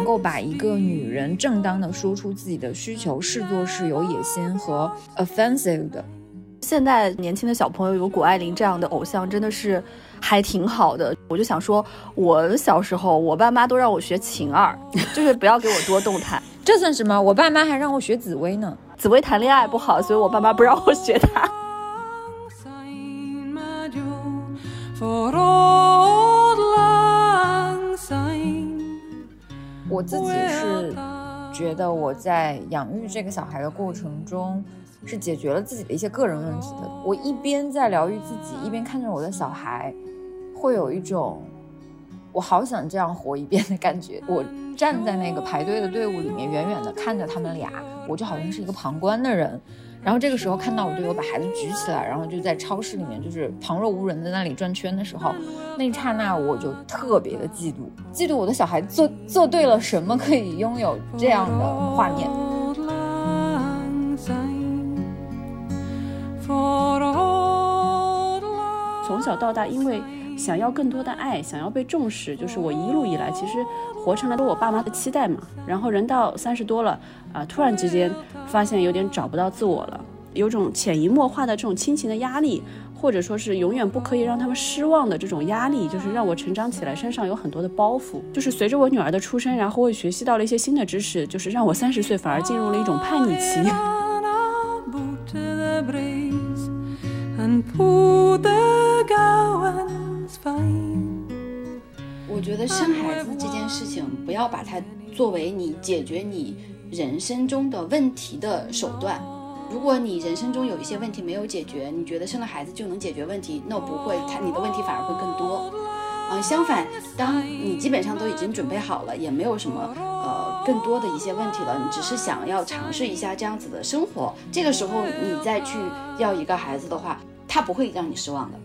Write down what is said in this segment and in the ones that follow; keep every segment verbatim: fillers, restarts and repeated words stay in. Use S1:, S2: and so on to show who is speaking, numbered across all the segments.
S1: 够把一个女人正当的说出自己的需求视作是有野心和 offensive 的。
S2: 现在年轻的小朋友有谷爱凌这样的偶像真的是还挺好的。我就想说，我小时候我爸妈都让我学晴儿，就是不要给我多动弹。
S1: 这算什么？我爸妈还让我学紫薇呢。
S2: 紫薇谈恋爱不好，所以我爸妈不让我学她。
S1: 我自己是觉得我在养育这个小孩的过程中是解决了自己的一些个人问题的。我一边在疗愈自己，一边看着我的小孩，会有一种我好想这样活一遍的感觉。我站在那个排队的队伍里面，远远的看着他们俩，我就好像是一个旁观的人。然后这个时候看到我队友把孩子举起来，然后就在超市里面就是旁若无人的那里转圈的时候，那一刹那我就特别的嫉妒，嫉妒我的小孩做做对了什么可以拥有这样的画面。
S3: 从小到大，因为想要更多的爱，想要被重视，就是我一路以来其实活成了我爸妈的期待嘛。然后人到三十多了啊、呃，突然之间发现有点找不到自我了，有种潜移默化的这种亲情的压力，或者说是永远不可以让他们失望的这种压力，就是让我成长起来身上有很多的包袱。就是随着我女儿的出生，然后我也学习到了一些新的知识，就是让我三十岁反而进入了一种叛逆期。
S4: 我觉得生孩子这件事情不要把它作为你解决你人生中的问题的手段。如果你人生中有一些问题没有解决，你觉得生了孩子就能解决问题，那不会，它你的问题反而会更多。呃，相反，当你基本上都已经准备好了，也没有什么呃更多的一些问题了，你只是想要尝试一下这样子的生活，这个时候你再去要一个孩子的话，他不会让你失望的。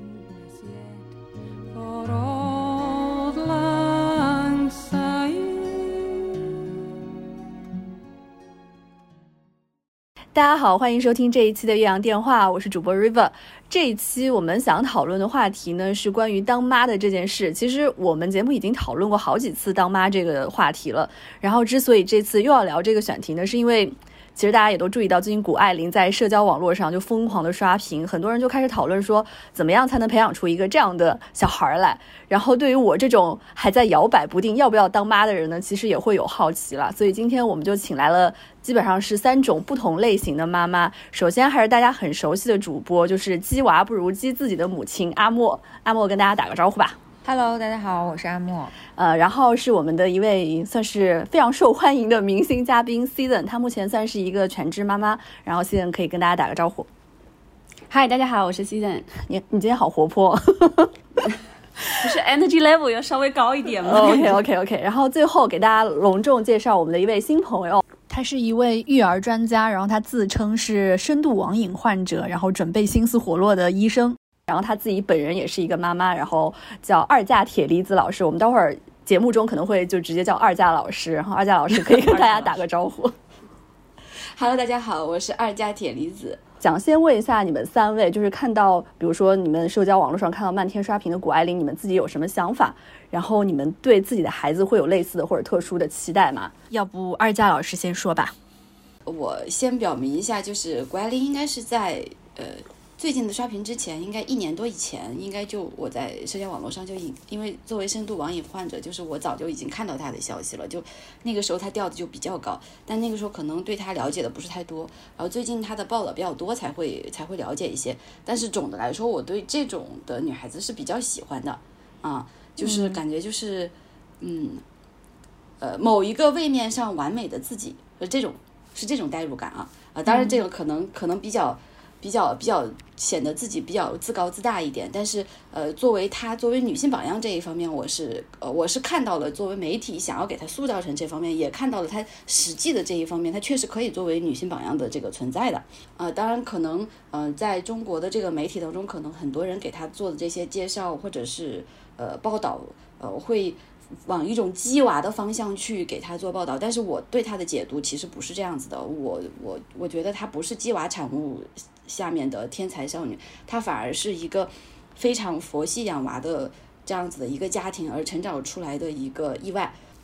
S2: 大家好，欢迎收听这一期的岳阳电话，我是主播 River。 这一期我们想讨论的话题呢，是关于当妈的这件事。其实我们节目已经讨论过好几次当妈这个话题了，然后之所以这次又要聊这个选题呢，是因为其实大家也都注意到，最近谷爱凌在社交网络上就疯狂的刷屏，很多人就开始讨论说怎么样才能培养出一个这样的小孩来。然后对于我这种还在摇摆不定要不要当妈的人呢，其实也会有好奇了。所以今天我们就请来了基本上是三种不同类型的妈妈。首先还是大家很熟悉的主播，就是鸡娃不如鸡自己的母亲阿莫。阿莫跟大家打个招呼吧。
S1: Hello， 大家好，我是阿莫。
S2: 呃，然后是我们的一位算是非常受欢迎的明星嘉宾 Season， 她目前算是一个全职妈妈。然后 Season 可以跟大家打个招呼。
S3: 嗨，大家好，我是 Season。
S2: 你你今天好活泼。
S3: 不是 energy level 要稍微高一点吗？
S2: OK OK OK。然后最后给大家隆重介绍我们的一位新朋友。
S5: 他是一位育儿专家，然后他自称是深度网瘾患者，然后准备心思活络的医生。
S2: 然后他自己本人也是一个妈妈，然后叫二价铁离子老师。我们待会儿节目中可能会就直接叫二价老师，然后二价老师可以跟大家打个招呼。
S4: Hello， 大家好，我是二价铁离子。
S2: 想先问一下你们三位，就是看到比如说你们社交网络上看到漫天刷屏的谷爱凌，你们自己有什么想法？然后你们对自己的孩子会有类似的或者特殊的期待吗？
S5: 要不二价老师先说吧。
S4: 我先表明一下，就是谷爱凌应该是在呃最近的刷屏之前，应该一年多以前，应该就我在社交网络上就因因为作为深度网瘾患者，就是我早就已经看到他的消息了，就那个时候他掉的就比较高，但那个时候可能对他了解的不是太多，然后最近他的报道比较多，才会才会了解一些。但是总的来说，我对这种的女孩子是比较喜欢的啊，就是感觉就是嗯呃某一个位面上完美的自己，这种是这种代入感啊啊，当然这个可能可能比较。比较比较显得自己比较自高自大一点，但是呃，作为她作为女性榜样这一方面，我是呃我是看到了作为媒体想要给她塑造成这方面，也看到了她实际的这一方面，她确实可以作为女性榜样的这个存在的。呃，当然可能呃在中国的这个媒体当中，可能很多人给她做的这些介绍或者是呃报道，呃会往一种鸡娃的方向去给他做报道，但是我对他的解读其实不是这样子的。我我我觉得他不是鸡娃产物下面的天才少女，她反而是一个非常佛系养娃的这样子的一个家庭而成长出来的一个意外。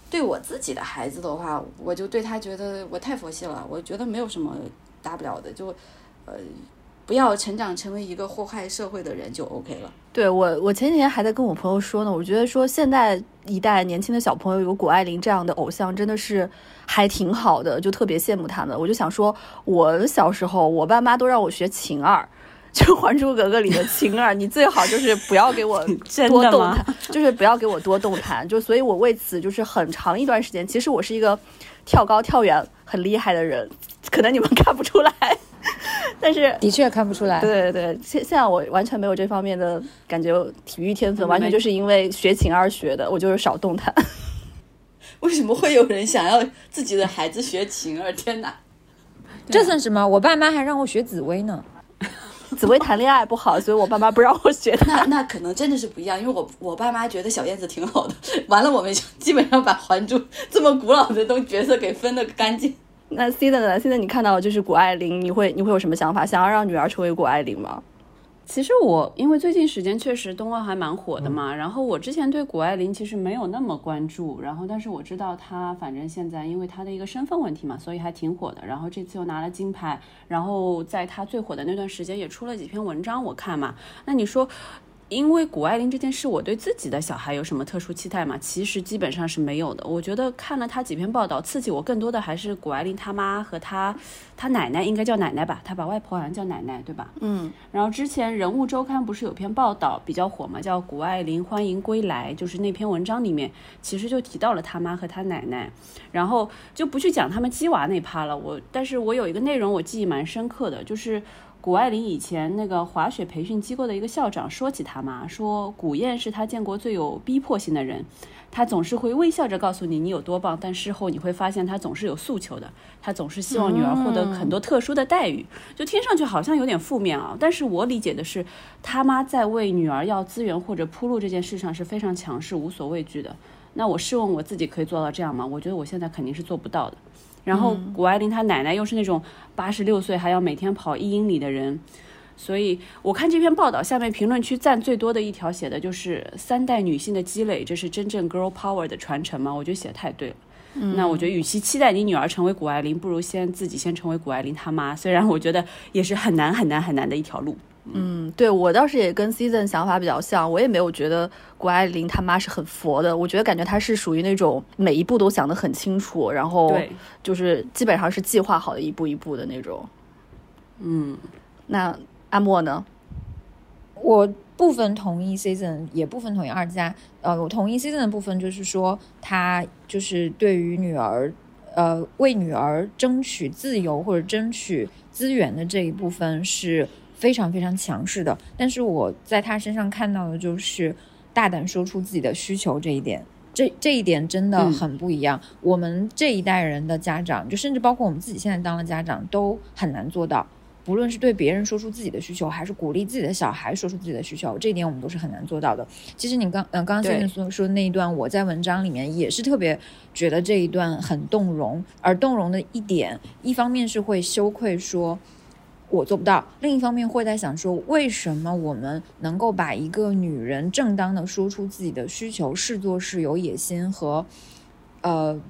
S4: 对我自己的孩子的话，我就对他觉得我太佛系了，我觉得没有什么大不了的，就呃不要成长成为一个祸害社会的人就 OK 了。
S2: 对，我我前几天还在跟我朋友说呢，我觉得说现在一代年轻的小朋友有谷爱凌这样的偶像真的是还挺好的，就特别羡慕他们。我就想说，我小时候我爸妈都让我学晴儿，就《还珠格格》里的晴儿，你最好就是不要给我多动弹，就是不要给我多动弹。就所以，我为此就是很长一段时间，其实我是一个跳高跳远很厉害的人，可能你们看不出来。但是
S1: 的确看不出来，
S2: 对对对，现现在我完全没有这方面的感觉，体育天分完全就是因为学琴而学的，我就是少动弹。
S4: 为什么会有人想要自己的孩子学琴儿？天哪，
S1: 这算什么？我爸妈还让我学紫薇呢。
S2: 紫薇谈恋爱不好，所以我爸妈不让我学。
S4: 那那可能真的是不一样，因为我我爸妈觉得小燕子挺好的，完了我们基本上把还珠这么古老的东角色给分得干净。
S2: 那 C 的呢？现在你看到就是谷爱凌，你会你会有什么想法？想要让女儿成为谷爱凌吗？
S3: 其实我因为最近时间确实冬奥还蛮火的嘛，嗯、然后我之前对谷爱凌其实没有那么关注，然后但是我知道她反正现在因为她的一个身份问题嘛，所以还挺火的。然后这次又拿了金牌，然后在她最火的那段时间也出了几篇文章我看嘛。那你说因为谷爱凌这件事我对自己的小孩有什么特殊期待吗？其实基本上是没有的。我觉得看了她几篇报道，刺激我更多的还是谷爱凌她妈和她她奶奶，应该叫奶奶吧，她把外婆好像叫奶奶对吧？嗯。然后之前人物周刊不是有篇报道比较火嘛，叫谷爱凌欢迎归来，就是那篇文章里面其实就提到了她妈和她奶奶，然后就不去讲他们鸡娃那趴了。我但是我有一个内容我记忆蛮深刻的，就是谷爱凌以前那个滑雪培训机构的一个校长说起他妈，说谷燕是他见过最有逼迫性的人，他总是会微笑着告诉你你有多棒，但事后你会发现他总是有诉求的，他总是希望女儿获得很多特殊的待遇，就听上去好像有点负面啊。但是我理解的是他妈在为女儿要资源或者铺路这件事上是非常强势无所畏惧的。那我试问我自己可以做到这样吗？我觉得我现在肯定是做不到的。然后谷爱凌她奶奶又是那种八十六岁还要每天跑一英里的人，所以我看这篇报道下面评论区赞最多的一条写的就是三代女性的积累，这是真正 girl power 的传承吗？我觉得写得太对了。嗯、那我觉得与其期待你女儿成为谷爱凌，不如先自己先成为谷爱凌她妈，虽然我觉得也是很难很难很难的一条路。
S2: 嗯，对，我倒是也跟 Season 想法比较像，我也没有觉得谷爱凌他妈是很佛的，我觉得感觉他是属于那种每一步都想得很清楚，然后就是基本上是计划好的一步一步的那种。嗯，那阿莫呢？
S1: 我部分同意 Season， 也部分同意二佳。呃，我同意 Season 的部分就是说，他就是对于女儿，呃，为女儿争取自由或者争取资源的这一部分是非常非常强势的，但是我在他身上看到的就是大胆说出自己的需求这一点，这这一点真的很不一样、嗯、我们这一代人的家长，就甚至包括我们自己现在当了家长都很难做到，不论是对别人说出自己的需求，还是鼓励自己的小孩说出自己的需求，这一点我们都是很难做到的。其实你刚呃刚刚先生说的那一段，我在文章里面也是特别觉得这一段很动容，而动容的一点，一方面是会羞愧说我做不到，另一方面会在想说，为什么我们能够把一个女人正当的说出自己的需求视作是有野心和呃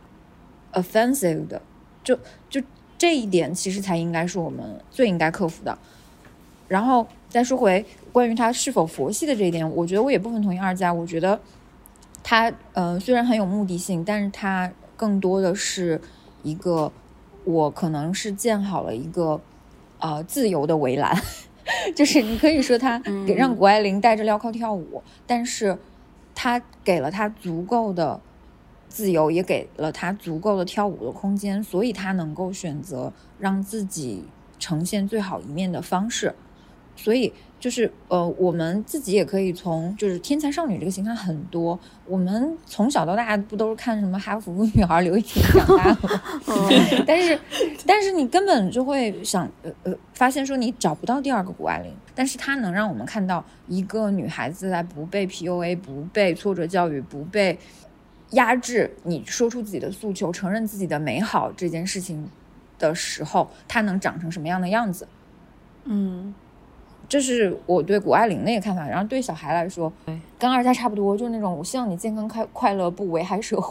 S1: offensive 的，就就这一点其实才应该是我们最应该克服的。然后再说回关于他是否佛系的这一点，我觉得我也部分同意二佳，我觉得他呃虽然很有目的性，但是他更多的是一个我可能是建好了一个呃，自由的围栏，就是你可以说他给让谷爱凌带着镣铐跳舞、嗯、但是他给了他足够的自由，也给了他足够的跳舞的空间，所以他能够选择让自己呈现最好一面的方式。所以就是呃，我们自己也可以从就是天才少女这个形象很多，我们从小到大不都是看什么哈佛女孩刘亦婷长大的吗？但是但是你根本就会想呃呃发现说你找不到第二个谷爱凌，但是她能让我们看到一个女孩子在不被 P U A 不被挫折教育不被压制，你说出自己的诉求承认自己的美好这件事情的时候，她能长成什么样的样子。嗯，这是我对谷爱凌的一个看法。然后对小孩来说跟二佳差不多，就是那种我希望你健康快快乐不危害社会。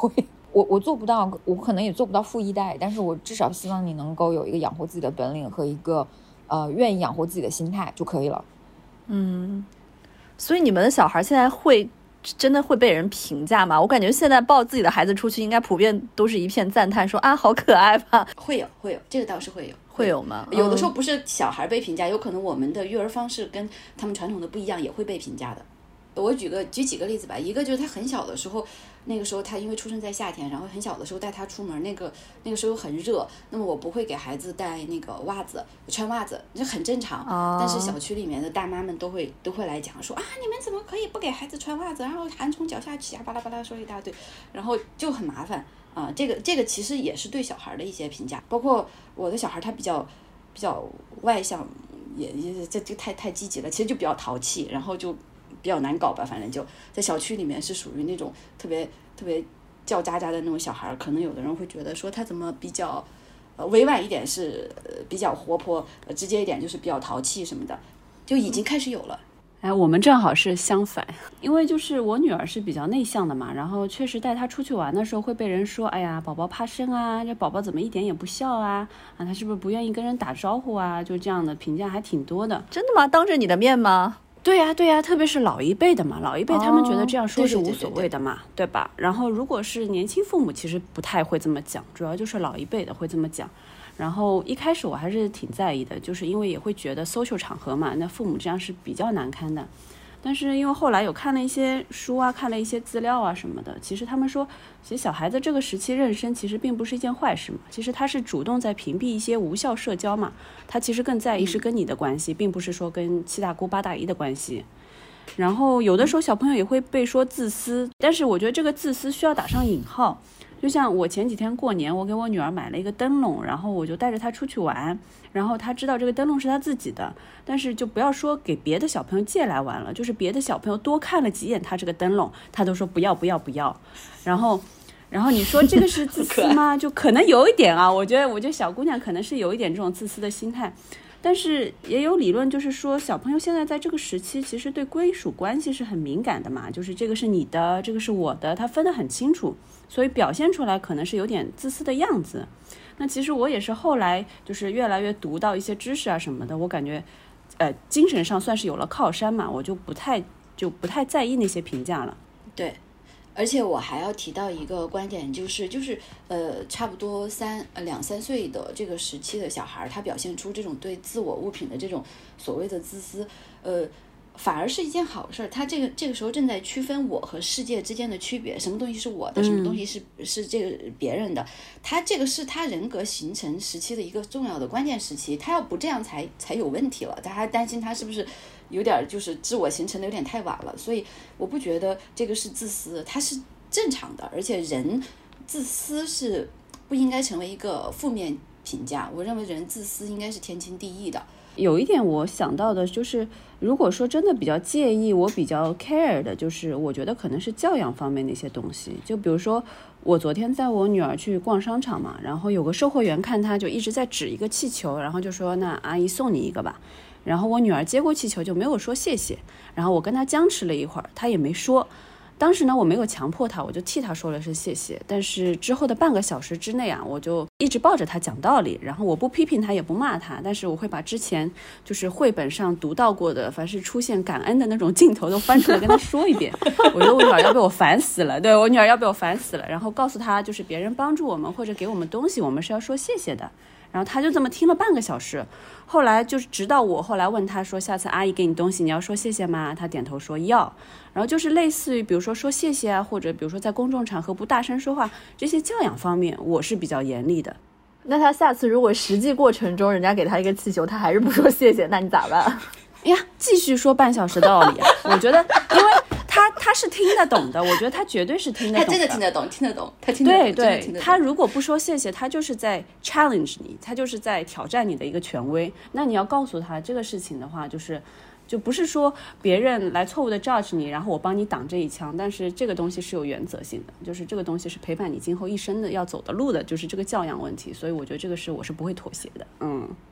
S1: 我我做不到，我可能也做不到富一代，但是我至少希望你能够有一个养活自己的本领和一个呃愿意养活自己的心态就可以了。
S2: 嗯，所以你们的小孩现在会真的会被人评价吗？我感觉现在抱自己的孩子出去，应该普遍都是一片赞叹，说啊好可爱吧。
S4: 会有会有，这个倒是会有。
S2: 会有吗？
S4: 有的时候不是小孩被评价，有可能我们的育儿方式跟他们传统的不一样，也会被评价的。我举个举几个例子吧，一个就是他很小的时候，那个时候他因为出生在夏天，然后很小的时候带他出门，那个那个时候很热，那么我不会给孩子带那个袜子，穿袜子，这很正常。
S2: 哦、
S4: 但是小区里面的大妈们都会都会来讲说啊，你们怎么可以不给孩子穿袜子，然后寒从脚下起啊，巴拉巴拉说一大堆，然后就很麻烦啊、呃。这个这个其实也是对小孩的一些评价，包括我的小孩他比较比较外向，也也这就太太积极了，其实就比较淘气，然后就比较难搞吧，反正就在小区里面是属于那种特别特别叫喳喳的那种小孩，可能有的人会觉得说他怎么比较呃委婉一点是、呃、比较活泼、呃，直接一点就是比较淘气什么的，就已经开始有了。
S3: 哎，我们正好是相反，因为就是我女儿是比较内向的嘛，然后确实带她出去玩的时候会被人说，哎呀，宝宝怕生啊，这宝宝怎么一点也不笑啊，啊，他是不是不愿意跟人打招呼啊？就这样的评价还挺多的。
S2: 真的吗？当着你的面吗？
S3: 对呀、啊、对呀、啊，特别是老一辈的嘛，老一辈他们觉得这样说是无所谓的嘛，
S4: 哦、对, 对, 对,
S3: 对, 对, 对吧？然后如果是年轻父母，其实不太会这么讲，主要就是老一辈的会这么讲。然后一开始我还是挺在意的，就是因为也会觉得 social 场合嘛，那父母这样是比较难堪的。但是因为后来有看了一些书啊，看了一些资料啊什么的，其实他们说，其实小孩子这个时期妊娠其实并不是一件坏事嘛，其实他是主动在屏蔽一些无效社交嘛，他其实更在意是跟你的关系，并不是说跟七大姑八大姨的关系。然后有的时候小朋友也会被说自私，但是我觉得这个自私需要打上引号。就像我前几天过年，我给我女儿买了一个灯笼，然后我就带着她出去玩，然后她知道这个灯笼是她自己的，但是就不要说给别的小朋友借来玩了，就是别的小朋友多看了几眼她这个灯笼，她都说不要不要不要。然后然后你说这个是自私吗？就可能有一点啊，我觉得我觉得小姑娘可能是有一点这种自私的心态。但是也有理论就是说，小朋友现在在这个时期其实对归属关系是很敏感的嘛，就是这个是你的，这个是我的，他分得很清楚，所以表现出来可能是有点自私的样子。那其实我也是后来就是越来越读到一些知识啊什么的，我感觉呃精神上算是有了靠山嘛，我就不太就不太在意那些评价了。
S4: 对，而且我还要提到一个观点，就是就是呃，差不多三呃两三岁的这个时期的小孩，他表现出这种对自我物品的这种所谓的自私，呃，反而是一件好事。他这个这个时候正在区分我和世界之间的区别，什么东西是我的，什么东西是、嗯、是这个别人的。他这个是他人格形成时期的一个重要的关键时期，他要不这样才才有问题了。他还担心他是不是有点就是自我形成的有点太晚了，所以我不觉得这个是自私，它是正常的，而且人自私是不应该成为一个负面评价，我认为人自私应该是天经地义的。
S3: 有一点我想到的就是，如果说真的比较介意，我比较 care 的就是我觉得可能是教养方面的一些东西。就比如说我昨天带我女儿去逛商场嘛，然后有个售货员看她就一直在指一个气球，然后就说那阿姨送你一个吧，然后我女儿接过气球就没有说谢谢，然后我跟她僵持了一会儿，她也没说。当时呢我没有强迫她，我就替她说了是谢谢，但是之后的半个小时之内啊，我就一直抱着她讲道理，然后我不批评她也不骂她，但是我会把之前就是绘本上读到过的凡是出现感恩的那种镜头都翻出来跟她说一遍。我觉得我女儿要被我烦死了，对，我女儿要被我烦死了，然后告诉她就是别人帮助我们或者给我们东西我们是要说谢谢的，然后她就这么听了半个小时。后来就是直到我后来问她说下次阿姨给你东西你要说谢谢吗，她点头说要。然后就是类似于比如说说谢谢啊，或者比如说在公众场合不大声说话，这些教养方面我是比较严厉的。
S2: 那他下次如果实际过程中人家给他一个气球他还是不说谢谢，那你咋办？
S3: 哎呀，继续说半小时道理啊！我觉得因为他他是听得懂的，我觉得他绝对是听得懂的，
S4: 他真的听得懂听得懂他听得懂，
S3: 对对，他如果不说谢谢，他就是在 challenge 你，他就是在挑战你的一个权威。那你要告诉他这个事情的话，就是就不是说别人来错误的 judge 你，然后我帮你挡这一枪，但是这个东西是有原则性的，就是这个东西是陪伴你今后一生的要走的路的，就是这个教养问题，所以我觉得这个是我是不会妥协的。嗯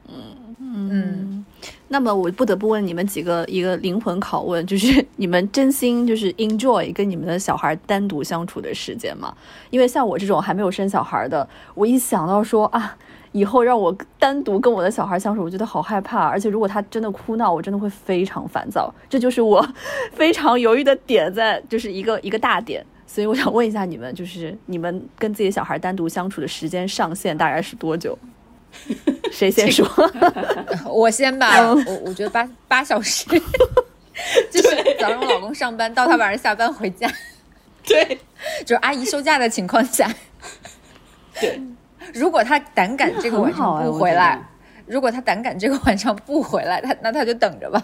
S2: 嗯嗯，那么我不得不问你们几个一个灵魂拷问，就是你们真心就是 enjoy 跟你们的小孩单独相处的时间吗？因为像我这种还没有生小孩的，我一想到说啊，以后让我单独跟我的小孩相处，我觉得好害怕，而且如果他真的哭闹，我真的会非常烦躁，这就是我非常犹豫的点在，就是一个一个大点。所以我想问一下你们，就是你们跟自己的小孩单独相处的时间上限大概是多久？谁先说？
S1: 我先吧。我我觉得八八小时，就是早上我老公上班到他晚上下班回家，
S4: 对，
S1: 就是阿姨休假的情况下，
S4: 对。
S1: 如果他胆敢这个晚上不回来，
S3: 啊、
S1: 如果他胆敢这个晚上不回来，他那他就等着吧。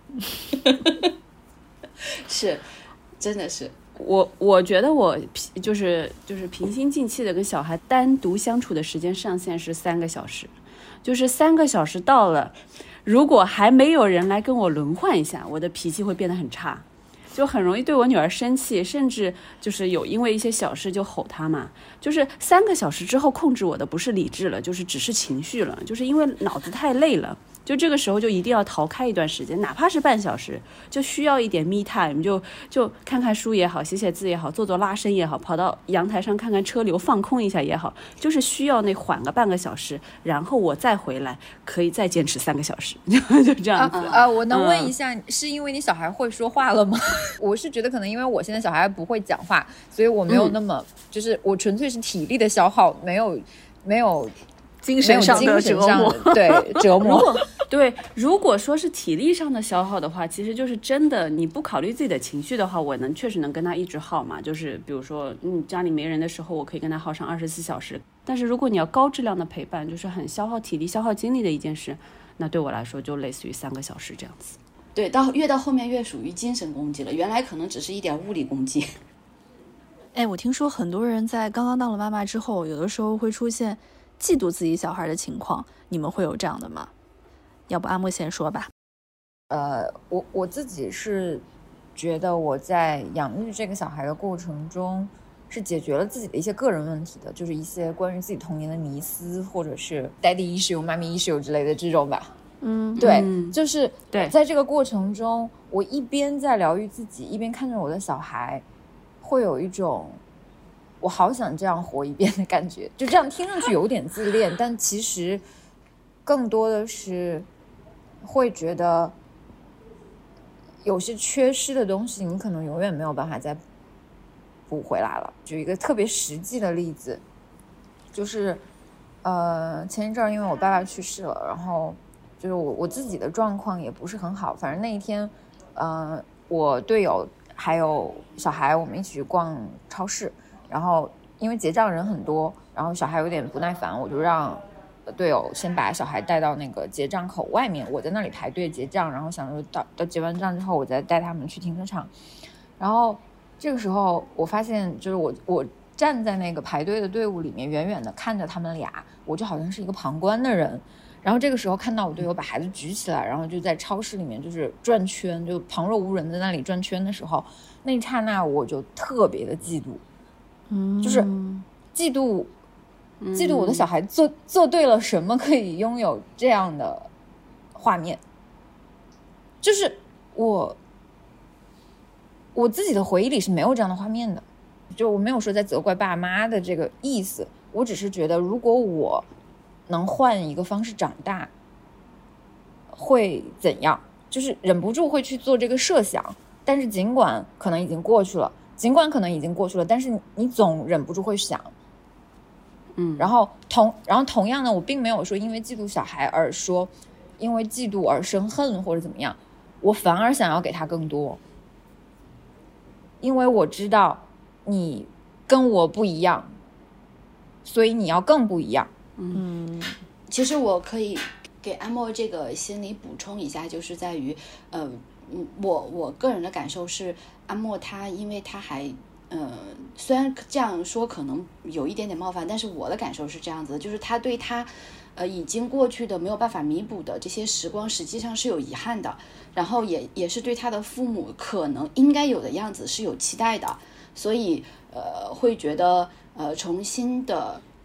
S4: 是，真的是。
S3: 我我觉得我就是就是平心静气的跟小孩单独相处的时间上限是三个小时，就是三个小时到了，如果还没有人来跟我轮换一下，我的脾气会变得很差，就很容易对我女儿生气，甚至就是有因为一些小事就吼她嘛。就是三个小时之后控制我的不是理智了，就是只是情绪了，就是因为脑子太累了。就这个时候就一定要逃开一段时间，哪怕是半小时，就需要一点 me time， 就就看看书也好，写写字也好，做做拉伸也好，跑到阳台上看看车流放空一下也好，就是需要那缓个半个小时，然后我再回来可以再坚持三个小时，就这样子。
S1: 啊啊！我能问一下、嗯，是因为你小孩会说话了吗？我是觉得可能因为我现在小孩不会讲话，所以我没有那么、嗯、就是我纯粹是体力的消耗，没有没有。
S2: 精神上的折磨，
S1: 对折磨。
S3: 如果对，如果说是体力上的消耗的话，其实就是真的，你不考虑自己的情绪的话，我能确实能跟他一直耗嘛。就是比如说，嗯，家里没人的时候，我可以跟他耗上二十四小时。但是如果你要高质量的陪伴，就是很消耗体力、消耗精力的一件事，那对我来说就类似于三个小时这样子。
S4: 对，到越到后面越属于精神攻击了，原来可能只是一点物理攻击。
S5: 哎，我听说很多人在刚刚当了妈妈之后，有的时候会出现嫉妒自己小孩的情况，你们会有这样的吗？要不阿莫先说吧。
S1: 呃，我我自己是觉得我在养育这个小孩的过程中，是解决了自己的一些个人问题的，就是一些关于自己童年的迷思，或者是 daddy issue、mommy issue 之类的这种吧。
S2: 嗯，
S1: 对，
S3: 嗯、
S1: 就是
S3: 对，
S1: 在这个过程中，我一边在疗愈自己，一边看着我的小孩，会有一种我好想这样活一遍的感觉。就这样听上去有点自恋，但其实更多的是会觉得有些缺失的东西你可能永远没有办法再补回来了。举一个特别实际的例子，就是呃前一阵因为我爸爸去世了，然后就是我我自己的状况也不是很好，反正那一天呃我队友还有小孩我们一起去逛超市，然后因为结账人很多，然后小孩有点不耐烦，我就让队友先把小孩带到那个结账口外面，我在那里排队结账，然后想着到到结完账之后我再带他们去停车场。然后这个时候我发现就是我我站在那个排队的队伍里面，远远的看着他们俩，我就好像是一个旁观的人。然后这个时候看到我队友把孩子举起来，然后就在超市里面就是转圈，就旁若无人在那里转圈的时候，那一刹那我就特别的嫉妒，
S2: 嗯，
S1: 就是嫉妒嫉妒我的小孩做做对了什么可以拥有这样的画面。就是我我自己的回忆里是没有这样的画面的，就我没有说在责怪爸妈的这个意思，我只是觉得如果我能换一个方式长大会怎样，就是忍不住会去做这个设想。但是尽管可能已经过去了尽管可能已经过去了但是你总忍不住会想，
S3: 嗯，
S1: 然后同然后同样呢，我并没有说因为嫉妒小孩而说因为嫉妒而生恨或者怎么样，我反而想要给他更多，因为我知道你跟我不一样，所以你要更不一样。
S2: 嗯，
S4: 其实我可以给阿莫这个心理补充一下，就是在于呃我我个人的感受是，阿莫他因为他还呃虽然这样说可能有一点点冒犯，但是我的感受是这样子的，就是他对他呃已经过去的没有办法弥补的这些时光实际上是有遗憾的，然后也也是对他的父母可能应该有的样子是有期待的，所以呃会觉得呃重新的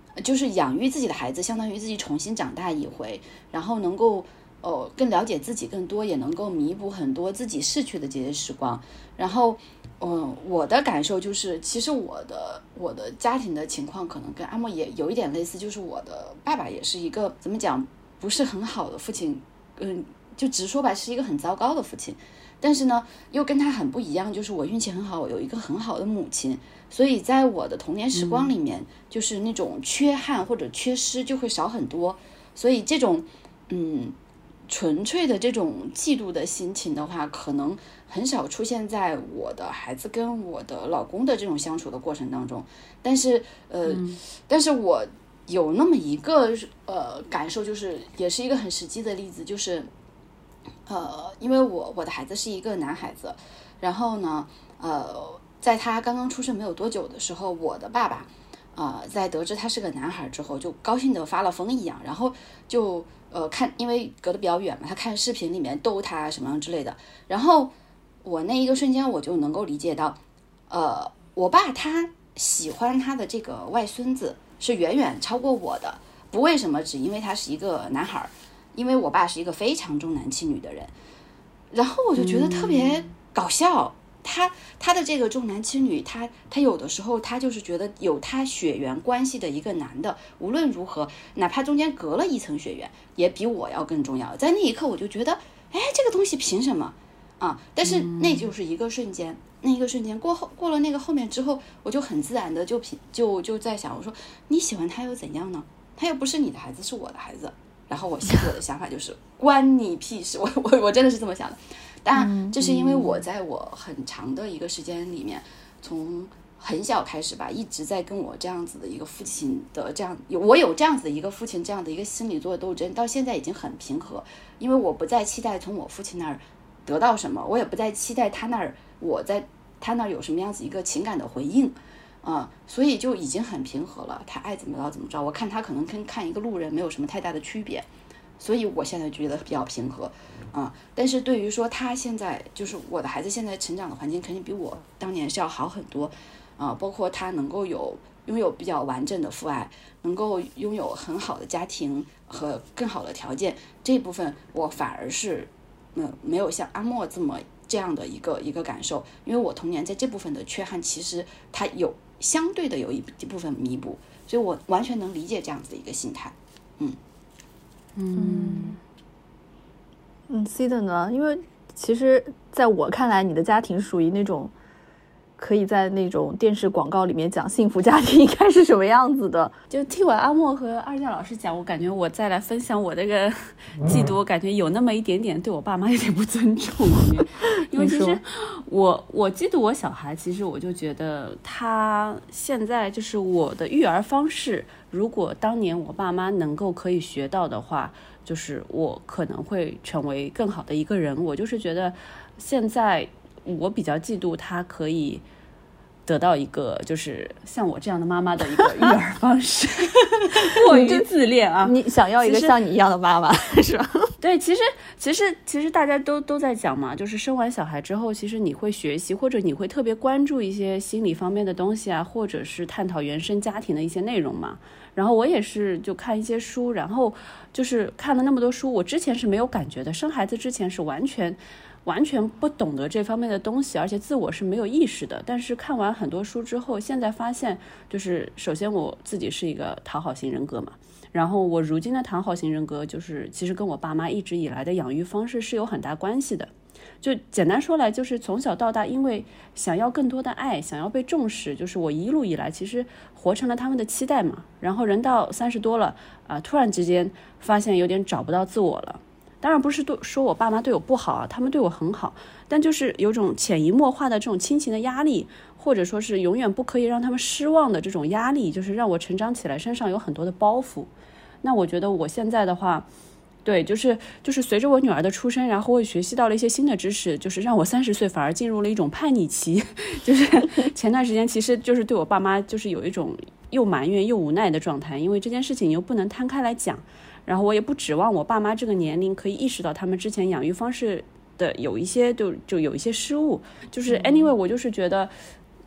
S4: 就是养育自己的孩子，相当于自己重新长大一回，然后能够呃更了解自己更多，也能够弥补很多自己逝去的这些时光。然后，嗯、呃，我的感受就是，其实我的我的家庭的情况可能跟阿莫也有一点类似，就是我的爸爸也是一个怎么讲不是很好的父亲，嗯，就直说吧，是一个很糟糕的父亲。但是呢，又跟他很不一样，就是我运气很好，我有一个很好的母亲，所以在我的童年时光里面，嗯、就是那种缺憾或者缺失就会少很多。所以这种嗯纯粹的这种嫉妒的心情的话，可能很少出现在我的孩子跟我的老公的这种相处的过程当中。但是呃，嗯、但是我有那么一个呃感受，就是也是一个很实际的例子，就是。呃，因为我我的孩子是一个男孩子，然后呢，呃，在他刚刚出生没有多久的时候，我的爸爸，呃，在得知他是个男孩之后，就高兴得发了疯一样，然后就呃看，因为隔得比较远嘛，他看视频里面逗他什么样之类的，然后我那一个瞬间我就能够理解到，呃，我爸他喜欢他的这个外孙子是远远超过我的，不为什么，只因为他是一个男孩。因为我爸是一个非常重男轻女的人，然后我就觉得特别搞笑。嗯、他他的这个重男轻女，他他有的时候他就是觉得有他血缘关系的一个男的，无论如何，哪怕中间隔了一层血缘，也比我要更重要。在那一刻，我就觉得，哎，这个东西凭什么啊？但是那就是一个瞬间，嗯、那一个瞬间过后，过了那个后面之后，我就很自然的就就就在想，我说你喜欢他又怎样呢？他又不是你的孩子，是我的孩子。然后我心里的想法就是关你屁事，我我我真的是这么想的。当然，这是因为我在我很长的一个时间里面，从很小开始吧，一直在跟我这样子的一个父亲的这样，我有这样子的一个父亲这样的一个心理做斗争，到现在已经很平和，因为我不再期待从我父亲那儿得到什么，我也不再期待他那儿我在他那儿有什么样子一个情感的回应。啊、呃，所以就已经很平和了，他爱怎么着怎么着，我看他可能跟看一个路人没有什么太大的区别，所以我现在觉得比较平和啊、呃。但是对于说他现在就是我的孩子现在成长的环境肯定比我当年是要好很多啊、呃，包括他能够有拥有比较完整的父爱，能够拥有很好的家庭和更好的条件，这部分我反而是嗯没有像阿莫这么这样的一个一个感受，因为我童年在这部分的缺憾其实他有。相对的有一部分弥补，所以我完全能理解这样子的一个心态。嗯
S2: 嗯嗯 ，C 的呢？因为其实在我看来，你的家庭属于那种可以在那种电视广告里面讲幸福家庭应该是什么样子的。
S3: 就听完阿莫和二佳老师讲，我感觉我再来分享我这个嫉妒，我感觉有那么一点点对我爸妈有点不尊重。因为其实我我嫉妒我小孩，其实我就觉得他现在就是我的育儿方式，如果当年我爸妈能够可以学到的话，就是我可能会成为更好的一个人。我就是觉得现在我比较嫉妒他可以得到一个就是像我这样的妈妈的一个育儿方式。过于自恋啊，
S2: 你想要一个像你一样的妈妈是吧？
S3: 对，其实其实其实大家都都在讲嘛，就是生完小孩之后，其实你会学习，或者你会特别关注一些心理方面的东西啊，或者是探讨原生家庭的一些内容嘛。然后我也是就看一些书，然后就是看了那么多书，我之前是没有感觉的，生孩子之前是完全完全不懂得这方面的东西，而且自我是没有意识的。但是看完很多书之后，现在发现就是首先我自己是一个讨好型人格嘛，然后我如今的讨好型人格就是其实跟我爸妈一直以来的养育方式是有很大关系的。就简单说来，就是从小到大因为想要更多的爱，想要被重视，就是我一路以来其实活成了他们的期待嘛。然后人到三十多了啊、呃，突然之间发现有点找不到自我了。当然不是说我爸妈对我不好啊，他们对我很好，但就是有种潜移默化的这种亲情的压力，或者说是永远不可以让他们失望的这种压力，就是让我成长起来身上有很多的包袱。那我觉得我现在的话，对，就是就是随着我女儿的出生，然后我学习到了一些新的知识，就是让我三十岁反而进入了一种叛逆期。就是前段时间其实就是对我爸妈就是有一种又埋怨又无奈的状态，因为这件事情又不能摊开来讲，然后我也不指望我爸妈这个年龄可以意识到他们之前养育方式的有一些就就有一些失误。就是 anyway 我就是觉得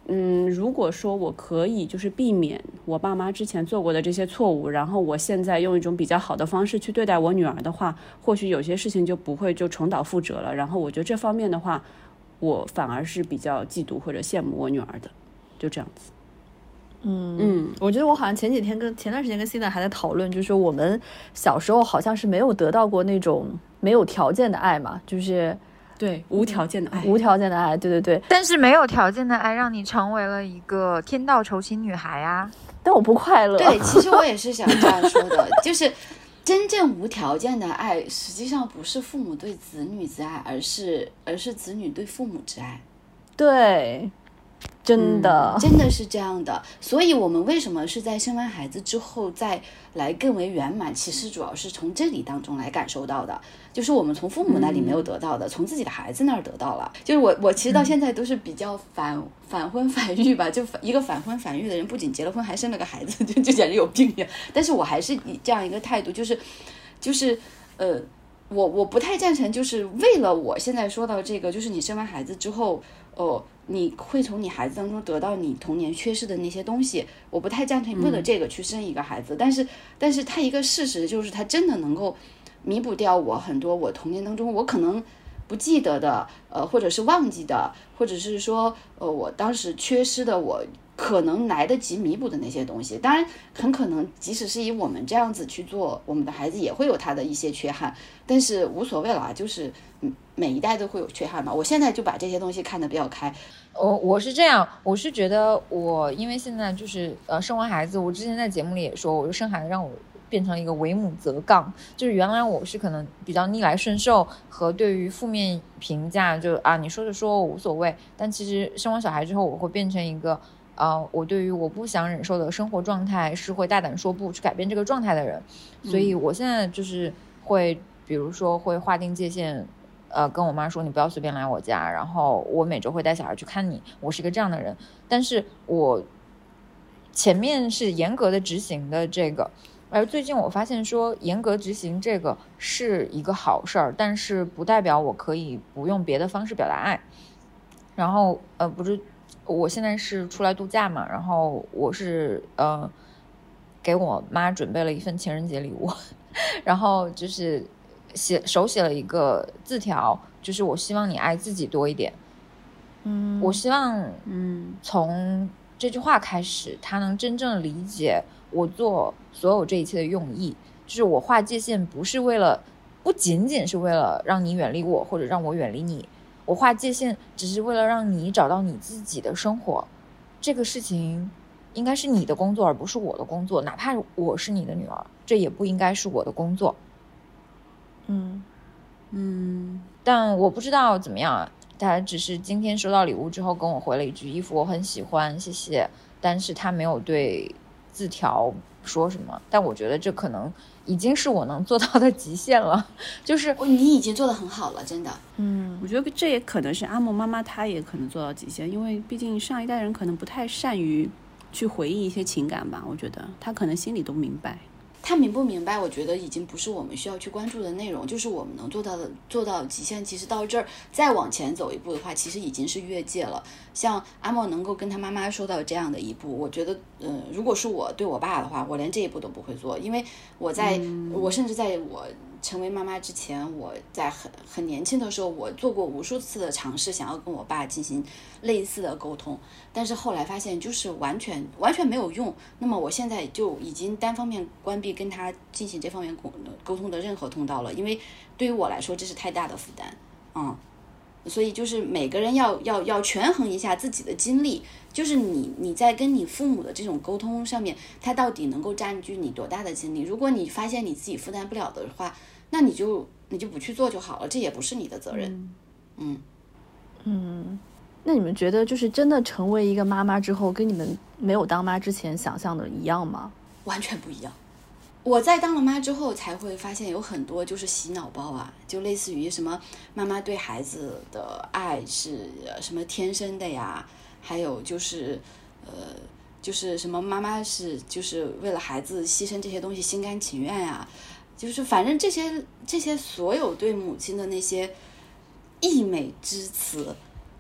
S3: 嗯，如果说我可以就是避免我爸妈之前做过的这些错误，然后我现在用一种比较好的方式去对待我女儿的话，或许有些事情就不会就重蹈覆辙了。然后我觉得这方面的话，我反而是比较嫉妒或者羡慕我女儿的，就这样子。
S2: 嗯嗯，我觉得我好像前几天跟前段时间跟 Sina 还在讨论，就是我们小时候好像是没有得到过那种没有条件的爱嘛，就是
S3: 对无条件的爱，
S2: 无条件的爱，对对对。
S1: 但是没有条件的爱让你成为了一个天道酬勤女孩啊，
S2: 但我不快乐。
S4: 对，其实我也是想这样说的，就是真正无条件的爱，实际上不是父母对子女之爱，而是而是子女对父母之爱。
S2: 对。真的、
S4: 嗯、真的是这样的，所以我们为什么是在生完孩子之后再来更为圆满，其实主要是从这里当中来感受到的，就是我们从父母那里没有得到的、嗯、从自己的孩子那儿得到了。就是我我其实到现在都是比较反、嗯、反婚反育吧，就一个反婚反育的人不仅结了婚还生了个孩子，就就简直有病呀。但是我还是以这样一个态度，就是就是呃我我不太赞成，就是为了我现在说到这个，就是你生完孩子之后哦、呃你会从你孩子当中得到你童年缺失的那些东西，我不太赞成为了这个去生一个孩子、嗯、但是但是他一个事实就是他真的能够弥补掉我很多我童年当中我可能不记得的呃，或者是忘记的，或者是说呃，我当时缺失的我可能来得及弥补的那些东西。当然很可能即使是以我们这样子去做，我们的孩子也会有他的一些缺憾，但是无所谓了，就是每一代都会有缺憾嘛。我现在就把这些东西看得比较开。
S1: 我我是这样，我是觉得我因为现在就是呃生完孩子，我之前在节目里也说，我就生孩子让我变成了一个为母则刚，就是原来我是可能比较逆来顺受和对于负面评价就啊你说着说我无所谓，但其实生完小孩之后我会变成一个呃我对于我不想忍受的生活状态是会大胆说不去改变这个状态的人，所以我现在就是会比如说会划定界限，呃，跟我妈说你不要随便来我家，然后我每周会带小孩去看你，我是一个这样的人。但是我前面是严格的执行的这个，而最近我发现说严格执行这个是一个好事儿，但是不代表我可以不用别的方式表达爱。然后呃，不是，我现在是出来度假嘛，然后我是呃给我妈准备了一份情人节礼物，然后就是写手写了一个字条，就是我希望你爱自己多一点。嗯，我希望嗯从这句话开始，他能真正理解我做所有这一切的用意，就是我划界限不是为了，不仅仅是为了让你远离我或者让我远离你，我划界限只是为了让你找到你自己的生活。这个事情应该是你的工作而不是我的工作，哪怕我是你的女儿，这也不应该是我的工作。嗯嗯，但我不知道怎么样啊，他只是今天收到礼物之后跟我回了一句衣服我很喜欢谢谢，但是他没有对字条说什么，但我觉得这可能已经是我能做到的极限了，就是
S4: 你已经做得很好了，真的。
S3: 嗯，我觉得这也可能是阿莫妈妈她也可能做到极限，因为毕竟上一代人可能不太善于去回忆一些情感吧，我觉得她可能心里都明白。
S4: 他明不明白我觉得已经不是我们需要去关注的内容，就是我们能做到的做到极限，其实到这儿再往前走一步的话其实已经是越界了。像阿莫能够跟他妈妈说到这样的一步，我觉得呃，如果是我对我爸的话，我连这一步都不会做，因为我在、嗯、我甚至在我成为妈妈之前，我在很很年轻的时候我做过无数次的尝试想要跟我爸进行类似的沟通，但是后来发现就是完全完全没有用。那么我现在就已经单方面关闭跟他进行这方面沟通的任何通道了，因为对于我来说这是太大的负担。嗯，所以就是每个人要要要权衡一下自己的精力，就是你你在跟你父母的这种沟通上面，他到底能够占据你多大的精力。如果你发现你自己负担不了的话，那你就你就不去做就好了，这也不是你的责任。嗯
S2: 嗯，那你们觉得就是真的成为一个妈妈之后，跟你们没有当妈之前想象的一样吗？
S4: 完全不一样。我在当了妈之后才会发现有很多就是洗脑包啊，就类似于什么妈妈对孩子的爱是什么天生的呀，还有就是呃就是什么妈妈是就是为了孩子牺牲这些东西心甘情愿呀，就是反正这些这些所有对母亲的那些溢美之词，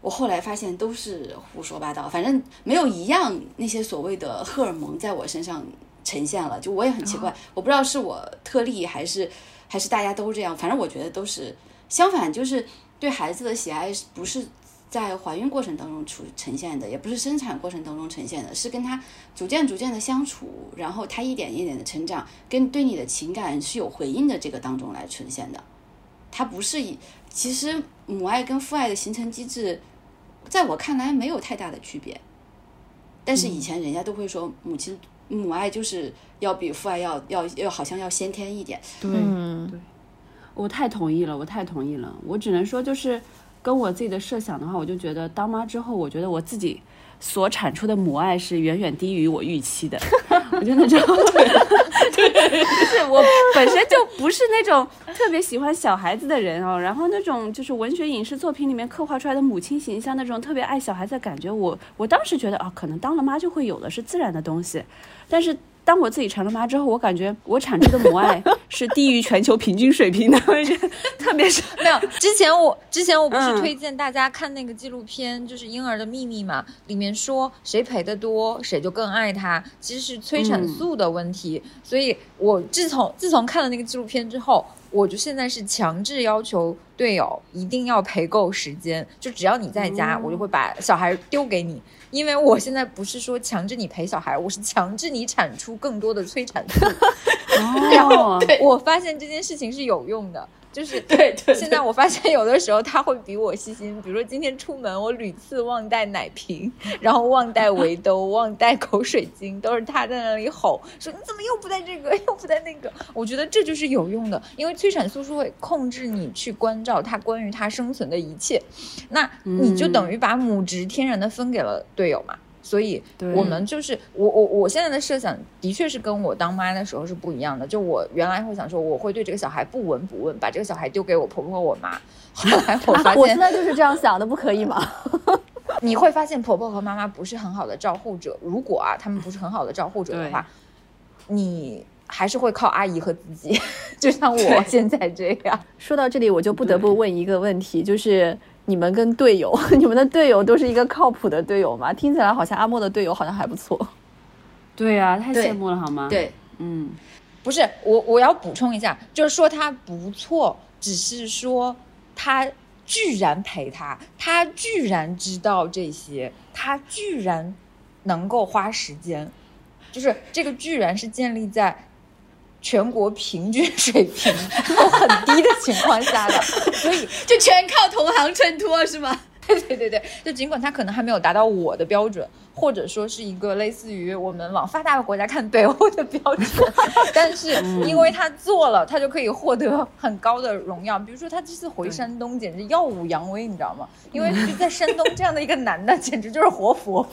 S4: 我后来发现都是胡说八道，反正没有一样那些所谓的荷尔蒙在我身上呈现了，就我也很奇怪，哦、我不知道是我特例还是还是大家都这样，反正我觉得都是相反，就是对孩子的喜爱不是在怀孕过程当中出呈现的，也不是生产过程当中呈现的，是跟他逐渐逐渐的相处，然后他一点一点的成长，跟对你的情感是有回应的这个当中来呈现的。它不是以，其实母爱跟父爱的形成机制在我看来没有太大的区别，但是以前人家都会说母亲母爱就是要比父爱要要要好像要先天一点。
S3: 对、嗯、对，我太同意了，我太同意了。我只能说就是跟我自己的设想的话，我就觉得当妈之后，我觉得我自己所产出的母爱是远远低于我预期的。我真的知道，对，就是我本身就不是那种特别喜欢小孩子的人哦，然后那种就是文学影视作品里面刻画出来的母亲形象，那种特别爱小孩子的感觉，我我当时觉得啊，可能当了妈就会有的，是自然的东西。但是当我自己成了妈之后，我感觉我产出的母爱是低于全球平均水平的，特别是
S1: 没有。之前我之前我不是推荐大家看那个纪录片，嗯、就是《婴儿的秘密》嘛，里面说谁陪得多，谁就更爱他，其实是催产素的问题。嗯、所以我自从自从看了那个纪录片之后，我就现在是强制要求队友一定要陪够时间，就只要你在家，嗯、我就会把小孩丢给你。因为我现在不是说强制你陪小孩，我是强制你产出更多的催产素。哦、然后我发现这件事情是有用的，就是
S4: 对对，
S1: 现在我发现有的时候他会比我细心，比如说今天出门我屡次忘带奶瓶，然后忘带围兜，忘带口水巾，都是他在那里吼说你怎么又不带这个又不带那个。我觉得这就是有用的，因为催产素是会控制你去关照他关于他生存的一切，那你就等于把母职天然的分给了队友嘛。所以我们就是我我我现在的设想的确是跟我当妈的时候是不一样的，就我原来会想说我会对这个小孩不闻不问，把这个小孩丢给我婆婆我妈，后来我发现、啊、
S2: 我现在就是这样想的，不可以吗？
S1: 你会发现婆婆和妈妈不是很好的照护者，如果啊他们不是很好的照护者的话，你还是会靠阿姨和自己，就像我现在这样。
S2: 说到这里我就不得不问一个问题，就是你们跟队友，你们的队友都是一个靠谱的队友吗？听起来好像阿莫的队友好像还不错。
S3: 对啊，太羡慕了好吗？
S4: 对，
S3: 嗯，
S1: 不是我，我要补充一下，就是说他不错，只是说他居然陪他，他居然知道这些，他居然能够花时间，就是这个居然是建立在全国平均水平都很低的情况下的，所以
S4: 就全靠同行衬托是吗？
S1: 对对对对，就尽管他可能还没有达到我的标准，或者说是一个类似于我们往发达的国家看北欧的标准，但是因为他做了，他就可以获得很高的荣耀。比如说他这次回山东简直耀武扬威，你知道吗？因为就在山东这样的一个男的简直就是活佛。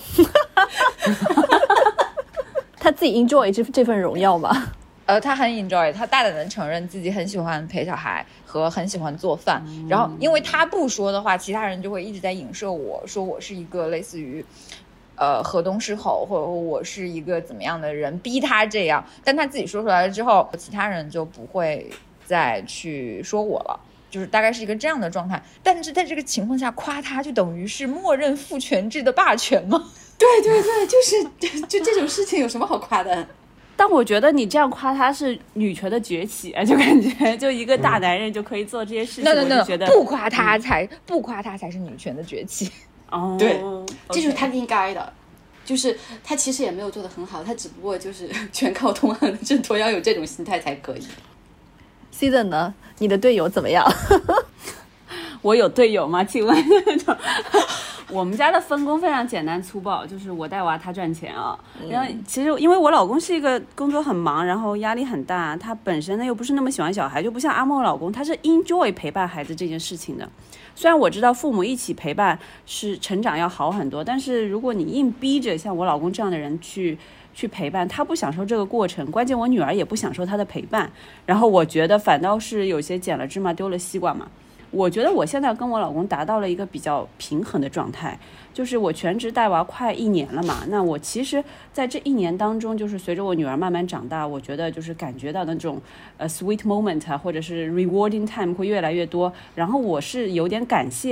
S2: 他自己 enjoy 这这份荣耀吧。
S1: 呃，他很 enjoy， 他大胆的承认自己很喜欢陪小孩和很喜欢做饭、嗯、然后因为他不说的话，其他人就会一直在影射我说我是一个类似于呃河东狮吼，或者我是一个怎么样的人逼他这样，但他自己说出来了之后，其他人就不会再去说我了，就是大概是一个这样的状态。但是在这个情况下夸他就等于是默认父权制的霸权吗？
S4: 对对对，就是就这种事情有什么好夸的？
S3: 但我觉得你这样夸他是女权的崛起啊，就感觉就一个大男人就可以做这些事情。
S1: no no no，
S3: 觉得
S1: 不夸他才、嗯、不夸他才是女权的崛起。
S3: 哦，
S4: 对，这就是他应该的。就是他其实也没有做得很好，他只不过就是全靠同行的衬托，要有这种心态才可以。
S2: Season 呢？你的队友怎么样？
S3: 我有队友吗？请问我们家的分工非常简单粗暴，就是我带娃他赚钱啊。然后其实因为我老公是一个工作很忙，然后压力很大，他本身呢又不是那么喜欢小孩，就不像阿莫老公，他是 enjoy 陪伴孩子这件事情的。虽然我知道父母一起陪伴是成长要好很多，但是如果你硬逼着像我老公这样的人去去陪伴，他不享受这个过程，关键我女儿也不享受他的陪伴，然后我觉得反倒是有些捡了芝麻丢了西瓜嘛。我觉得我现在跟我老公达到了一个比较平衡的状态，就是我全职带娃快一年了嘛，那我其实在这一年当中，就是随着我女儿慢慢长大，我觉得就是感觉到那种呃 sweet moment 啊，或者是 rewarding time 会越来越多，然后我是有点感谢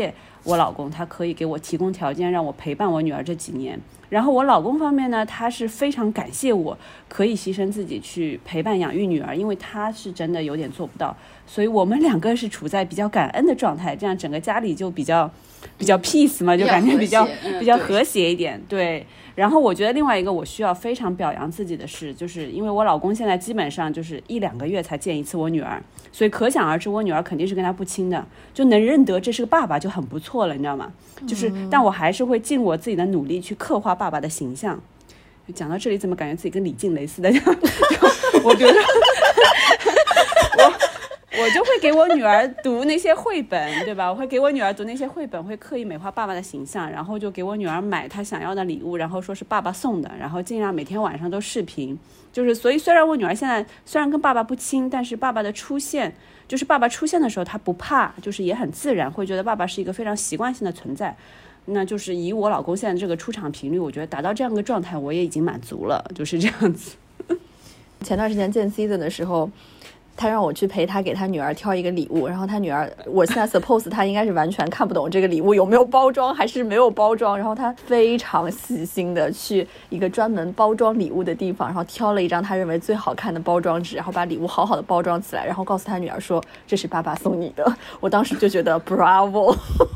S3: 我老公他可以给我提供条件让我陪伴我女儿这几年，然后我老公方面呢，他是非常感谢我可以牺牲自己去陪伴养育女儿，因为他是真的有点做不到，所以我们两个是处在比较感恩的状态，这样整个家里就比较比较 peace 嘛，就感觉比较比较和谐一点。对，然后我觉得另外一个我需要非常表扬自己的是，就是因为我老公现在基本上就是一两个月才见一次我女儿，所以可想而知我女儿肯定是跟他不亲的，就能认得这是个爸爸就很不错了，你知道吗？就是但我还是会尽我自己的努力去刻画爸爸的形象。讲到这里怎么感觉自己跟李静蕾似的，我比如说我我就会给我女儿读那些绘本，对吧？我会给我女儿读那些绘本，会刻意美化爸爸的形象，然后就给我女儿买她想要的礼物，然后说是爸爸送的，然后尽量每天晚上都视频。就是所以虽然我女儿现在虽然跟爸爸不亲，但是爸爸的出现，就是爸爸出现的时候她不怕，就是也很自然，会觉得爸爸是一个非常习惯性的存在。那就是以我老公现在这个出场频率，我觉得达到这样的状态我也已经满足了，就是这样子。
S2: 前段时间见 season 的时候，他让我去陪他给他女儿挑一个礼物，然后他女儿，我现在 suppose 他应该是完全看不懂这个礼物有没有包装还是没有包装，然后他非常细心的去一个专门包装礼物的地方，然后挑了一张他认为最好看的包装纸，然后把礼物好好的包装起来，然后告诉他女儿说这是爸爸送你的。我当时就觉得 bravo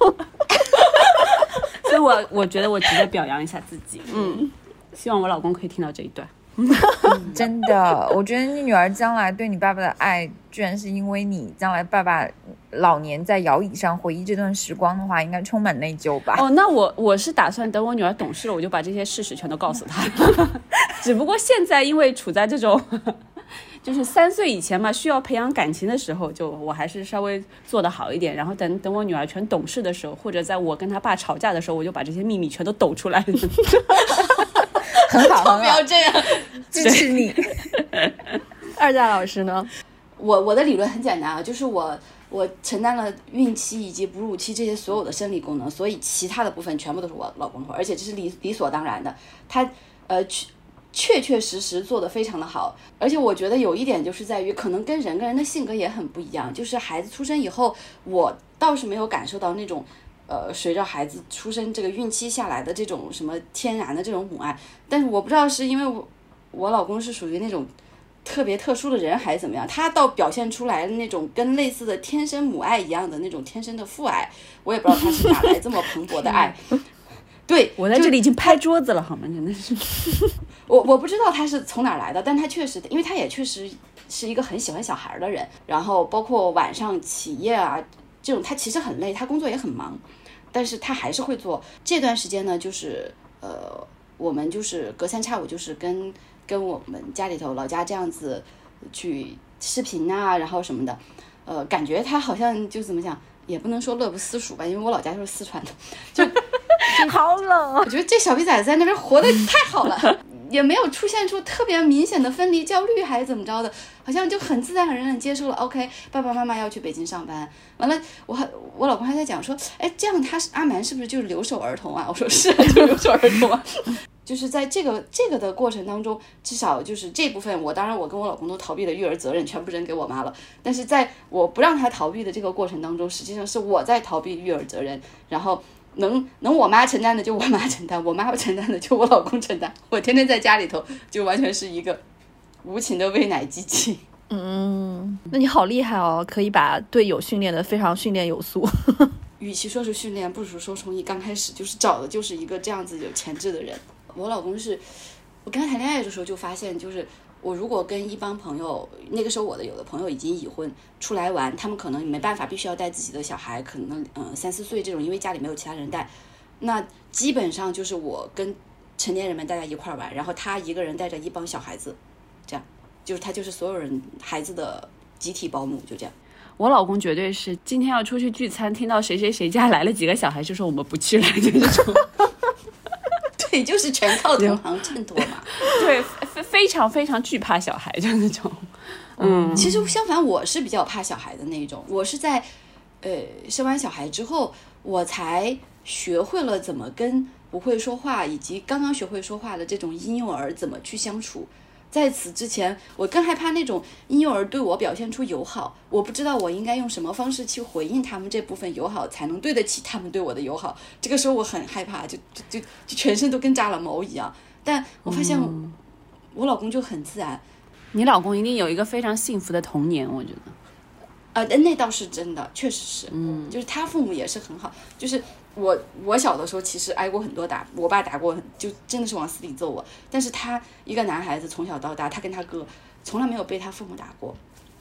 S3: 所以我我觉得我值得表扬一下自己。嗯，希望我老公可以听到这一段。
S1: 真的，我觉得你女儿将来对你爸爸的爱，居然是因为你将来爸爸老年在摇椅上回忆这段时光的话，应该充满内疚吧？
S3: 哦，那我我是打算等我女儿懂事了，我就把这些事实全都告诉她。只不过现在因为处在这种就是三岁以前嘛，需要培养感情的时候，就我还是稍微做得好一点，然后等等我女儿全懂事的时候，或者在我跟她爸吵架的时候，我就把这些秘密全都抖出来。
S1: 很好，很好，
S4: 不要这样，
S1: 支持你。
S2: 二佳老师呢？
S4: 我我的理论很简单啊，就是我我承担了孕期以及哺乳期这些所有的生理功能，所以其他的部分全部都是我老公的活，而且这是理理所当然的。他呃确确确实实做得非常的好，而且我觉得有一点就是在于，可能跟人跟人的性格也很不一样。就是孩子出生以后，我倒是没有感受到那种。呃，随着孩子出生这个孕期下来的这种什么天然的这种母爱，但是我不知道是因为我我老公是属于那种特别特殊的人还是怎么样，他倒表现出来那种跟类似的天生母爱一样的那种天生的父爱，我也不知道他是哪来这么蓬勃的爱。对，
S3: 我在这里已经拍桌子了好吗？真的是，
S4: 我我不知道他是从哪来的，但他确实，因为他也确实是一个很喜欢小孩的人，然后包括晚上起夜啊这种，他其实很累，他工作也很忙。但是他还是会做。这段时间呢，就是呃，我们就是隔三差五，就是跟跟我们家里头老家这样子去视频啊，然后什么的，呃，感觉他好像就怎么讲，也不能说乐不思蜀吧，因为我老家就是四川的，就
S2: 就好冷啊！
S4: 我觉得这小逼崽子在那边活得太好了。也没有出现出特别明显的分离焦虑还是怎么着的，好像就很自然很然地接受了 OK 爸爸妈妈要去北京上班。完了我还我老公还在讲说，哎，这样他是阿蛮是不是就是留守儿童啊？我说是啊，就是留守儿童啊。就是在这个这个的过程当中，至少就是这部分我当然我跟我老公都逃避了育儿责任，全部扔给我妈了，但是在我不让他逃避的这个过程当中，实际上是我在逃避育儿责任，然后能能我妈承担的就我妈承担，我妈不承担的就我老公承担。我天天在家里头就完全是一个无情的喂奶机器。
S2: 嗯，那你好厉害哦，可以把队友训练的非常训练有素。
S4: 与其说是训练，不如说从一刚开始就是找的就是一个这样子有潜质的人。我老公是我跟他谈恋爱的时候就发现，就是我如果跟一帮朋友，那个时候我的有的朋友已经已婚出来玩，他们可能没办法必须要带自己的小孩，可能嗯、呃、三四岁这种，因为家里没有其他人带，那基本上就是我跟成年人们大家一块玩，然后他一个人带着一帮小孩子，这样就是他就是所有人孩子的集体保姆，就这样。
S3: 我老公绝对是今天要出去聚餐，听到谁谁谁家来了几个小孩，就说我们不去了，就这种。
S4: 对，就是全靠同行衬托嘛。
S3: 对，非常非常惧怕小孩，就那种。嗯，
S4: 其实相反，我是比较怕小孩的那种。我是在呃生完小孩之后，我才学会了怎么跟不会说话以及刚刚学会说话的这种婴幼儿怎么去相处。 在此之前，我更害怕那种婴幼儿对我表现出友好，我不知道我应该用什么方式去回应他们这部分友好，才能对得起他们对我的友好。这个时候我很害怕，就就就就全身都跟扎了毛一样。但我发现我，嗯、我老公就很自然。
S3: 你老公一定有一个非常幸福的童年，我觉得。
S4: 呃，那倒是真的，确实是，嗯，就是他父母也是很好，就是我我小的时候其实挨过很多打，我爸打过，就真的是往死里揍我，但是他一个男孩子从小到大，他跟他哥从来没有被他父母打过，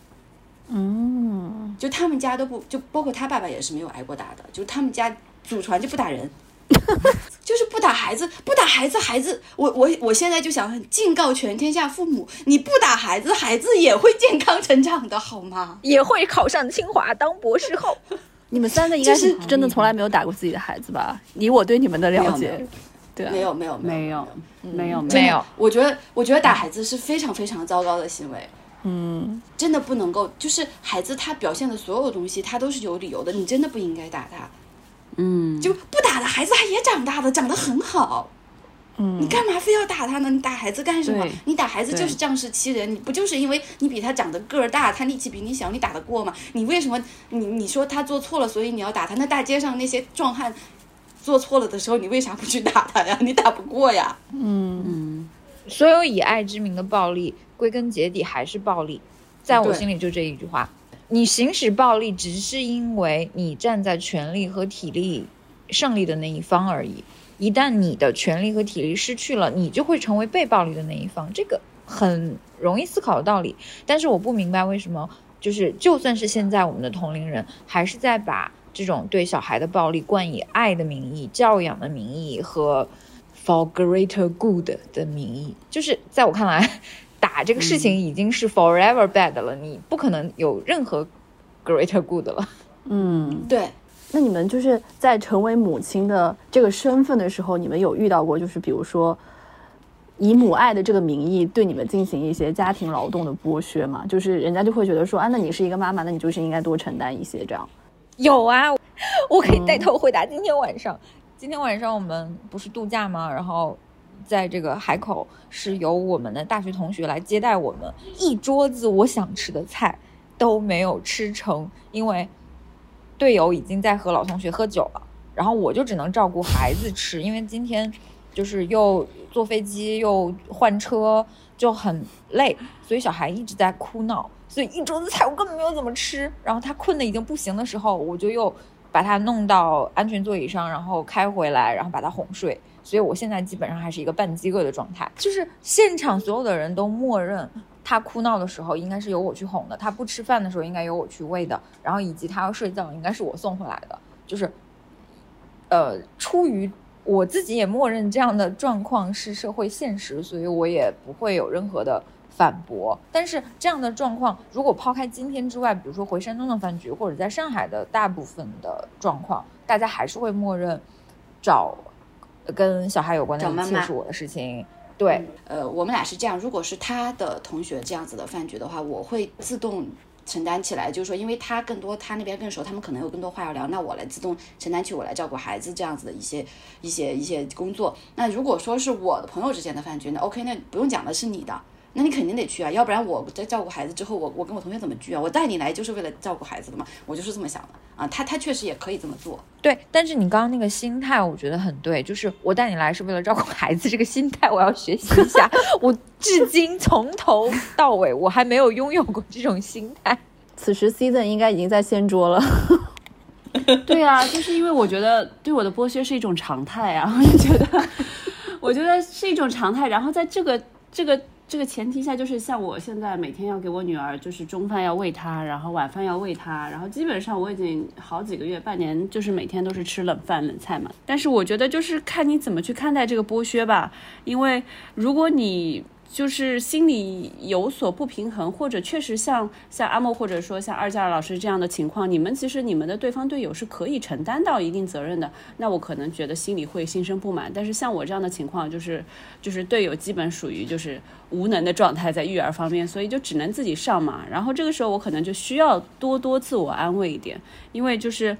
S2: 嗯，
S4: 就他们家都不，就包括他爸爸也是没有挨过打的，就他们家祖传就不打人。就是不打孩子，不打孩子，孩子，我我我现在就想警告全天下父母，你不打孩子，孩子也会健康成长的，好吗？
S1: 也会考上清华当博士后。
S2: 你们三个应该是真的从来没有打过自己的孩子吧？以我对你们的了解，对啊，
S4: 没有没有
S3: 没有没有
S1: 没有，
S4: 我觉得我觉得打孩子是非常非常糟糕的行为。
S2: 嗯，
S4: 真的不能够，就是孩子他表现的所有东西，他都是有理由的，你真的不应该打他。
S3: 嗯，
S4: 就不打的孩子他也长大的，长得很好，嗯，你干嘛非要打他呢？你打孩子干什么？你打孩子就是仗势欺人，你不就是因为你比他长得个儿大，他力气比你小，你打得过吗？你为什么你你说他做错了，所以你要打他？那大街上那些壮汉做错了的时候，你为啥不去打他呀？你打不过呀。
S2: 嗯
S1: 嗯，所有以爱之名的暴力，归根结底还是暴力，在我心里就这一句话。你行使暴力只是因为你站在权力和体力胜利的那一方而已，一旦你的权力和体力失去了，你就会成为被暴力的那一方，这个很容易思考的道理。但是我不明白为什么就是就算是现在我们的同龄人还是在把这种对小孩的暴力冠以爱的名义、教养的名义和 for greater good 的名义，就是在我看来打这个事情已经是 forever bad 了，嗯，你不可能有任何 greater good 了。
S2: 嗯，
S4: 对。
S2: 那你们就是在成为母亲的这个身份的时候，你们有遇到过就是比如说以母爱的这个名义对你们进行一些家庭劳动的剥削吗？就是人家就会觉得说啊，那你是一个妈妈，那你就是应该多承担一些这样。
S1: 有啊，我可以带头回答。今天晚上，嗯，今天晚上我们不是度假吗？然后在这个海口是由我们的大学同学来接待我们，一桌子我想吃的菜都没有吃成，因为队友已经在和老同学喝酒了，然后我就只能照顾孩子吃，因为今天就是又坐飞机又换车就很累，所以小孩一直在哭闹，所以一桌子菜我根本没有怎么吃。然后他困得已经不行的时候，我就又把他弄到安全座椅上，然后开回来，然后把他哄睡。所以我现在基本上还是一个半饥饿的状态，就是现场所有的人都默认他哭闹的时候应该是由我去哄的，他不吃饭的时候应该由我去喂的，然后以及他要睡觉应该是我送回来的，就是呃，出于我自己也默认这样的状况是社会现实，所以我也不会有任何的反驳。但是这样的状况如果抛开今天之外，比如说回山东的饭局或者在上海的大部分的状况，大家还是会默认找跟小孩有关的一切是我的事情。对，
S4: 呃，我们俩是这样，如果是他的同学这样子的饭局的话，我会自动承担起来，就是说因为他更多，他那边更熟，他们可能有更多话要聊，那我来自动承担起我来照顾孩子这样子的一些一些一些工作。那如果说是我的朋友之间的饭局，那 OK， 那不用讲的是你的，那你肯定得去啊，要不然我在照顾孩子之后，我我跟我同学怎么聚啊？我带你来就是为了照顾孩子的嘛，我就是这么想的啊。他他确实也可以这么做，
S1: 对。但是你刚刚那个心态，我觉得很对，就是我带你来是为了照顾孩子，这个心态我要学习一下。我至今从头到尾我还没有拥有过这种心态。
S2: 此时 season 应该已经在掀桌了。
S3: 对啊，就是因为我觉得对我的剥削是一种常态啊，我就觉得，我觉得是一种常态。然后在这个这个这个前提下，就是像我现在每天要给我女儿，就是中饭要喂她，然后晚饭要喂她，然后基本上我已经好几个月、半年，就是每天都是吃冷饭冷菜嘛。但是我觉得就是看你怎么去看待这个剥削吧，因为如果你就是心里有所不平衡，或者确实像像阿莫或者说像二佳老师这样的情况，你们其实你们的对方队友是可以承担到一定责任的，那我可能觉得心里会心生不满。但是像我这样的情况，就是就是队友基本属于就是无能的状态在育儿方面，所以就只能自己上嘛。然后这个时候我可能就需要多多自我安慰一点，因为就是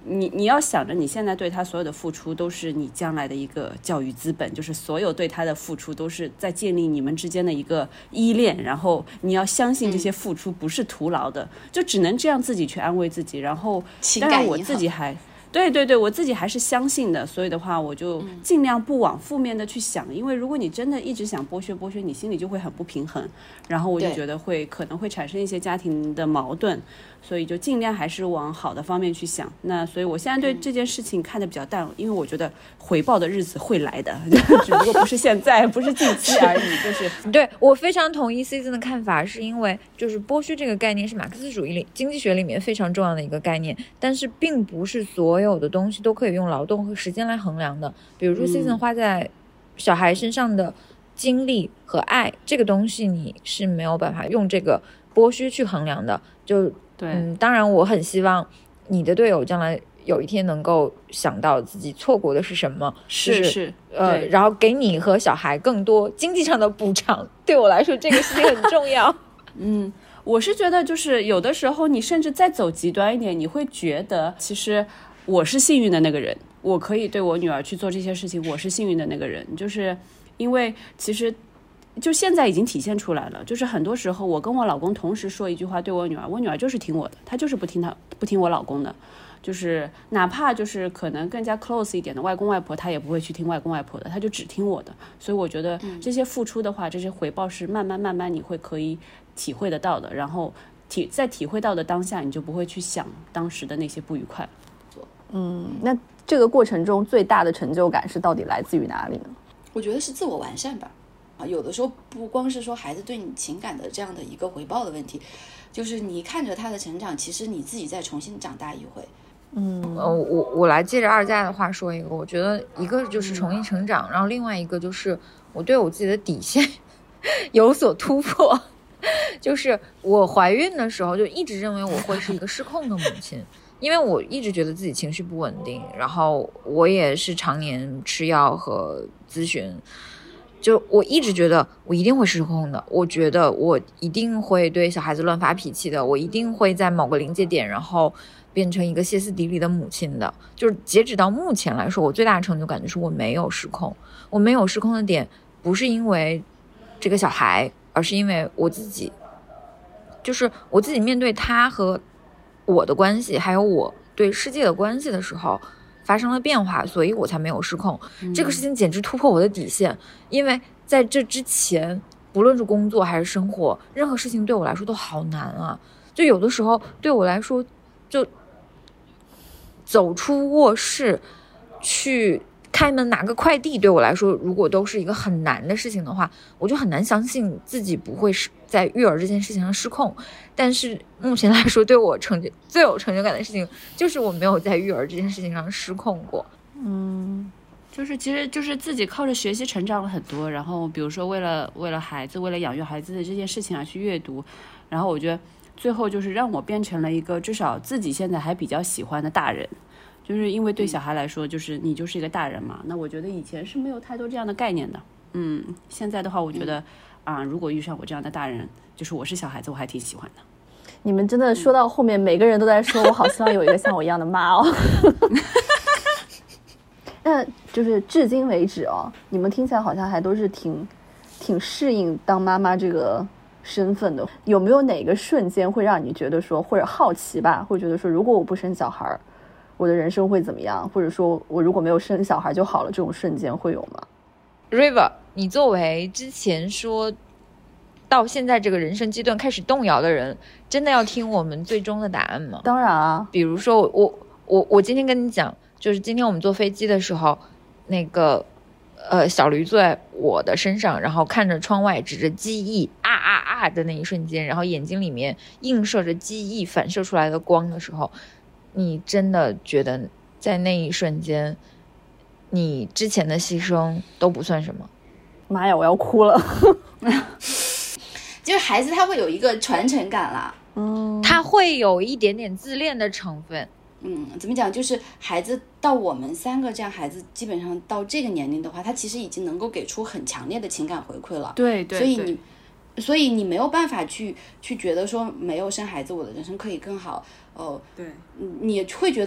S3: 你你要想着你现在对他所有的付出都是你将来的一个教育资本，就是所有对他的付出都是在建立你们之间的一个依恋，然后你要相信这些付出不是徒劳的、嗯、就只能这样自己去安慰自己。然后当然我自己还对对对，我自己还是相信的，所以的话我就尽量不往负面的去想、嗯、因为如果你真的一直想剥削剥削，你心里就会很不平衡，然后我就觉得会可能会产生一些家庭的矛盾，所以就尽量还是往好的方面去想。那所以我现在对这件事情看得比较淡，因为我觉得回报的日子会来的，只不过不是现在不是近期而已。就是
S1: 对，我非常同意 Season 的看法，是因为就是剥削这个概念是马克思主义里经济学里面非常重要的一个概念，但是并不是所有的东西都可以用劳动和时间来衡量的。比如说 Season 花在小孩身上的精力和爱、嗯、这个东西你是没有办法用这个剥削去衡量的。就
S3: 对，
S1: 嗯，当然我很希望你的队友将来有一天能够想到自己错过的是什么，
S3: 是是
S1: 呃，然后给你和小孩更多经济上的补偿。对我来说这个事情很重要。
S3: 嗯，我是觉得就是有的时候你甚至再走极端一点，你会觉得其实我是幸运的那个人，我可以对我女儿去做这些事情，我是幸运的那个人，就是因为其实就现在已经体现出来了，就是很多时候我跟我老公同时说一句话对我女儿，我女儿就是听我的，她就是不听她不听我老公的，就是哪怕就是可能更加 close 一点的外公外婆，她也不会去听外公外婆的，她就只听我的。所以我觉得这些付出的话、嗯、这些回报是慢慢慢慢你会可以体会得到的，然后体在体会到的当下你就不会去想当时的那些不愉快。
S2: 嗯，那这个过程中最大的成就感是到底来自于哪里呢？
S4: 我觉得是自我完善吧。啊，有的时候不光是说孩子对你情感的这样的一个回报的问题，就是你看着他的成长，其实你自己再重新长大一回。
S1: 嗯，呃，我我来接着二佳的话说一个，我觉得一个就是重新成长，嗯、然后另外一个就是我对我自己的底线有所突破。就是我怀孕的时候就一直认为我会是一个失控的母亲。因为我一直觉得自己情绪不稳定，然后我也是常年吃药和咨询，就我一直觉得我一定会失控的，我觉得我一定会对小孩子乱发脾气的，我一定会在某个临界点然后变成一个歇斯底里的母亲的。就是截止到目前来说，我最大的成就感就是我没有失控。我没有失控的点不是因为这个小孩，而是因为我自己，就是我自己面对他和我的关系还有我对世界的关系的时候发生了变化，所以我才没有失控、嗯、这个事情简直突破我的底线。因为在这之前不论是工作还是生活，任何事情对我来说都好难啊。就有的时候对我来说，就走出卧室去开门拿个快递，对我来说如果都是一个很难的事情的话，我就很难相信自己不会在育儿这件事情上失控。但是目前来说，对我成就最有成就感的事情就是我没有在育儿这件事情上失控过。
S3: 嗯，就是其实就是自己靠着学习成长了很多，然后比如说为了为了孩子为了养育孩子的这件事情而去阅读，然后我觉得最后就是让我变成了一个至少自己现在还比较喜欢的大人。就是因为对小孩来说，就是你就是一个大人嘛，那我觉得以前是没有太多这样的概念的。嗯，现在的话我觉得啊、呃，如果遇上我这样的大人，就是我是小孩子，我还挺喜欢的。
S2: 你们真的说到后面、嗯、每个人都在说我好希望有一个像我一样的妈哦。那就是至今为止哦，你们听起来好像还都是挺挺适应当妈妈这个身份的。有没有哪个瞬间会让你觉得说，或者好奇吧，会觉得说如果我不生小孩我的人生会怎么样，或者说我如果没有生小孩就好了，这种瞬间会有吗？
S1: River， 你作为之前说到现在这个人生阶段开始动摇的人，真的要听我们最终的答案吗？
S2: 当然啊。
S1: 比如说我我我今天跟你讲，就是今天我们坐飞机的时候，那个呃小驴坐在我的身上，然后看着窗外指着机翼啊啊啊的那一瞬间，然后眼睛里面映射着机翼反射出来的光的时候，你真的觉得在那一瞬间你之前的牺牲都不算什么？
S2: 妈呀，我要哭了。
S4: 就是孩子他会有一个传承感啦，
S1: 嗯，他会有一点点自恋的成分。
S4: 嗯，怎么讲，就是孩子到我们三个这样孩子基本上到这个年龄的话，他其实已经能够给出很强烈的情感回馈了。
S3: 对对，
S4: 所以你所以你没有办法去去觉得说没有生孩子我的人生可以更好。哦、呃，
S3: 对，
S4: 你会觉得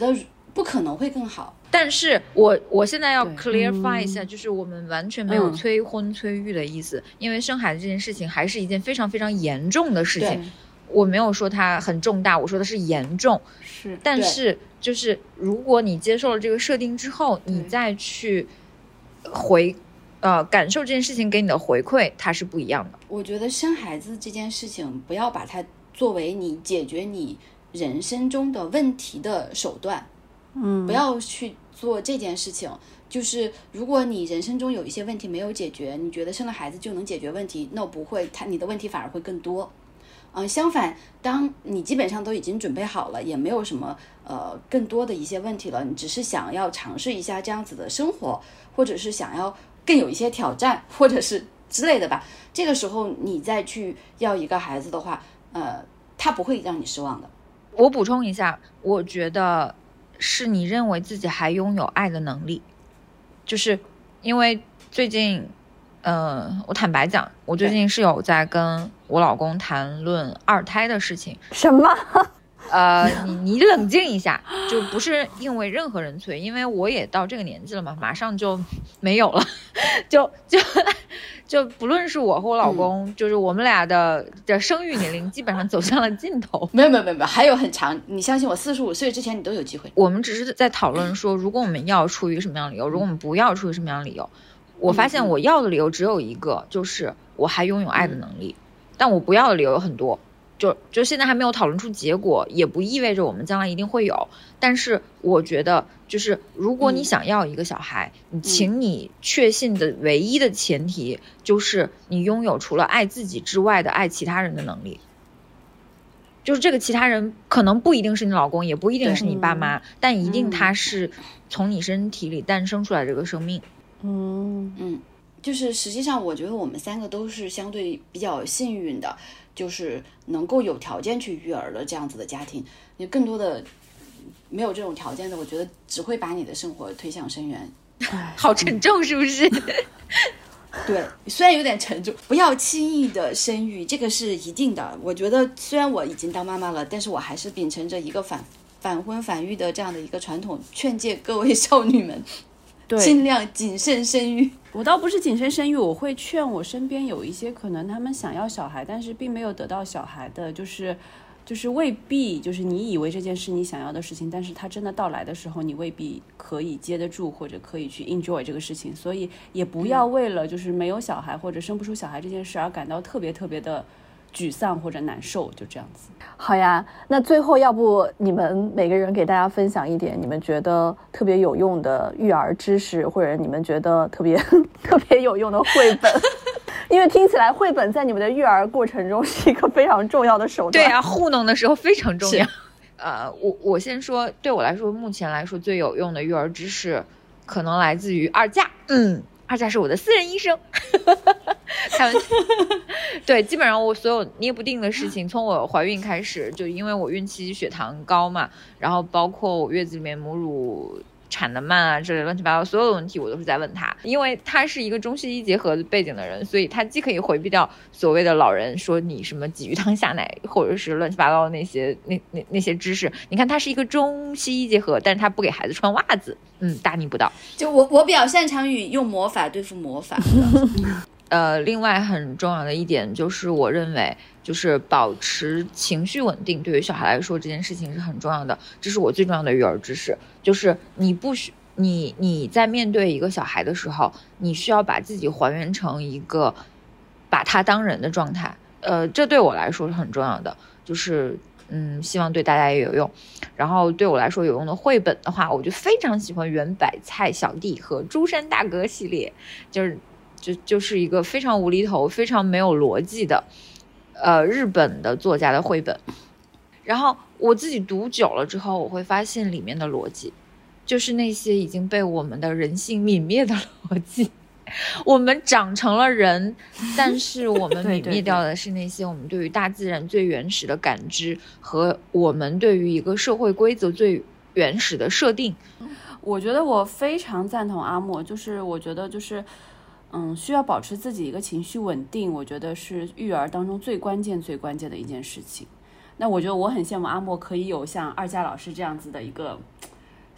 S4: 不可能会更好。
S1: 但是我我现在要 clarify 一下、嗯、就是我们完全没有催婚催育的意思、嗯、因为生孩子这件事情还是一件非常非常严重的事情，我没有说它很重大，我说的是严重。
S3: 是，
S1: 但是就是如果你接受了这个设定之后，你再去回呃感受这件事情给你的回馈，它是不一样的。
S4: 我觉得生孩子这件事情不要把它作为你解决你人生中的问题的手段，
S3: 嗯，
S4: 不要去做这件事情。就是如果你人生中有一些问题没有解决，你觉得生了孩子就能解决问题，那不会，他你的问题反而会更多。嗯，相反，当你基本上都已经准备好了，也没有什么呃更多的一些问题了，你只是想要尝试一下这样子的生活，或者是想要更有一些挑战，或者是之类的吧。这个时候你再去要一个孩子的话，呃，他不会让你失望的。
S1: 我补充一下，我觉得是你认为自己还拥有爱的能力，就是因为最近。呃，我坦白讲，我最近是有在跟我老公谈论二胎的事情。
S2: 什么？
S1: 呃，你你冷静一下，就不是因为任何人催，因为我也到这个年纪了嘛，马上就没有了，就就就不论是我和我老公，嗯、就是我们俩的的生育年龄基本上走向了尽头。
S4: 没有没有没有没有，还有很长，你相信我，四十五岁之前你都有机会。
S1: 我们只是在讨论说，如果我们要出于什么样的理由，如果我们不要出于什么样的理由。我发现我要的理由只有一个，就是我还拥有爱的能力，但我不要的理由有很多，就就现在还没有讨论出结果，也不意味着我们将来一定会有。但是我觉得，就是如果你想要一个小孩，你请你确信的唯一的前提就是你拥有除了爱自己之外的爱其他人的能力。就是这个其他人可能不一定是你老公，也不一定是你爸妈，但一定他是从你身体里诞生出来这个生命。
S3: 嗯
S4: 嗯，就是实际上我觉得我们三个都是相对比较幸运的，就是能够有条件去育儿的这样子的家庭。你更多的没有这种条件的，我觉得只会把你的生活推向深渊。
S1: 好沉重是不是？
S4: 对，虽然有点沉重，不要轻易的生育，这个是一定的。我觉得虽然我已经当妈妈了，但是我还是秉承着一个反反婚反育的这样的一个传统，劝诫各位少女们尽量谨慎生育。
S3: 我倒不是谨慎生育，我会劝我身边有一些可能他们想要小孩但是并没有得到小孩的，就是就是未必就是你以为这件事你想要的事情，但是它真的到来的时候你未必可以接得住或者可以去 enjoy 这个事情。所以也不要为了就是没有小孩或者生不出小孩这件事而感到特别特别的沮丧或者难受，就这样子。
S2: 好呀，那最后要不你们每个人给大家分享一点你们觉得特别有用的育儿知识，或者你们觉得特别特别有用的绘本。因为听起来绘本在你们的育儿过程中是一个非常重要的手段。
S1: 对啊，糊弄的时候非常重要。呃，我我先说，对我来说目前来说最有用的育儿知识可能来自于二价。嗯，二价是我的私人医生。开玩笑。对，基本上我所有捏不定的事情，从我怀孕开始，就因为我孕期血糖高嘛，然后包括我月子里面母乳产的慢啊之类乱七八糟所有的问题我都是在问他，因为他是一个中西医结合背景的人，所以他既可以回避掉所谓的老人说你什么鲫鱼汤下奶或者是乱七八糟的那些那那那些知识。你看他是一个中西医结合，但是他不给孩子穿袜子，嗯，大逆不道。
S4: 就我我比较擅长于用魔法对付魔法。
S1: 呃，另外很重要的一点就是我认为就是保持情绪稳定，对于小孩来说这件事情是很重要的，这是我最重要的育儿知识。就是你不需你你在面对一个小孩的时候，你需要把自己还原成一个把他当人的状态，呃，这对我来说是很重要的，就是嗯，希望对大家也有用。然后对我来说有用的绘本的话，我就非常喜欢圆白菜小弟和珠山大哥系列，就是就就是一个非常无厘头非常没有逻辑的呃日本的作家的绘本。然后我自己读久了之后，我会发现里面的逻辑就是那些已经被我们的人性泯灭的逻辑。我们长成了人，但是我们泯灭掉的是那些我们对于大自然最原始的感知和我们对于一个社会规则最原始的设定。
S3: 我觉得我非常赞同阿莫，就是我觉得就是嗯，需要保持自己一个情绪稳定，我觉得是育儿当中最关键最关键的一件事情。那我觉得我很羡慕阿莫可以有像二佳老师这样子的一个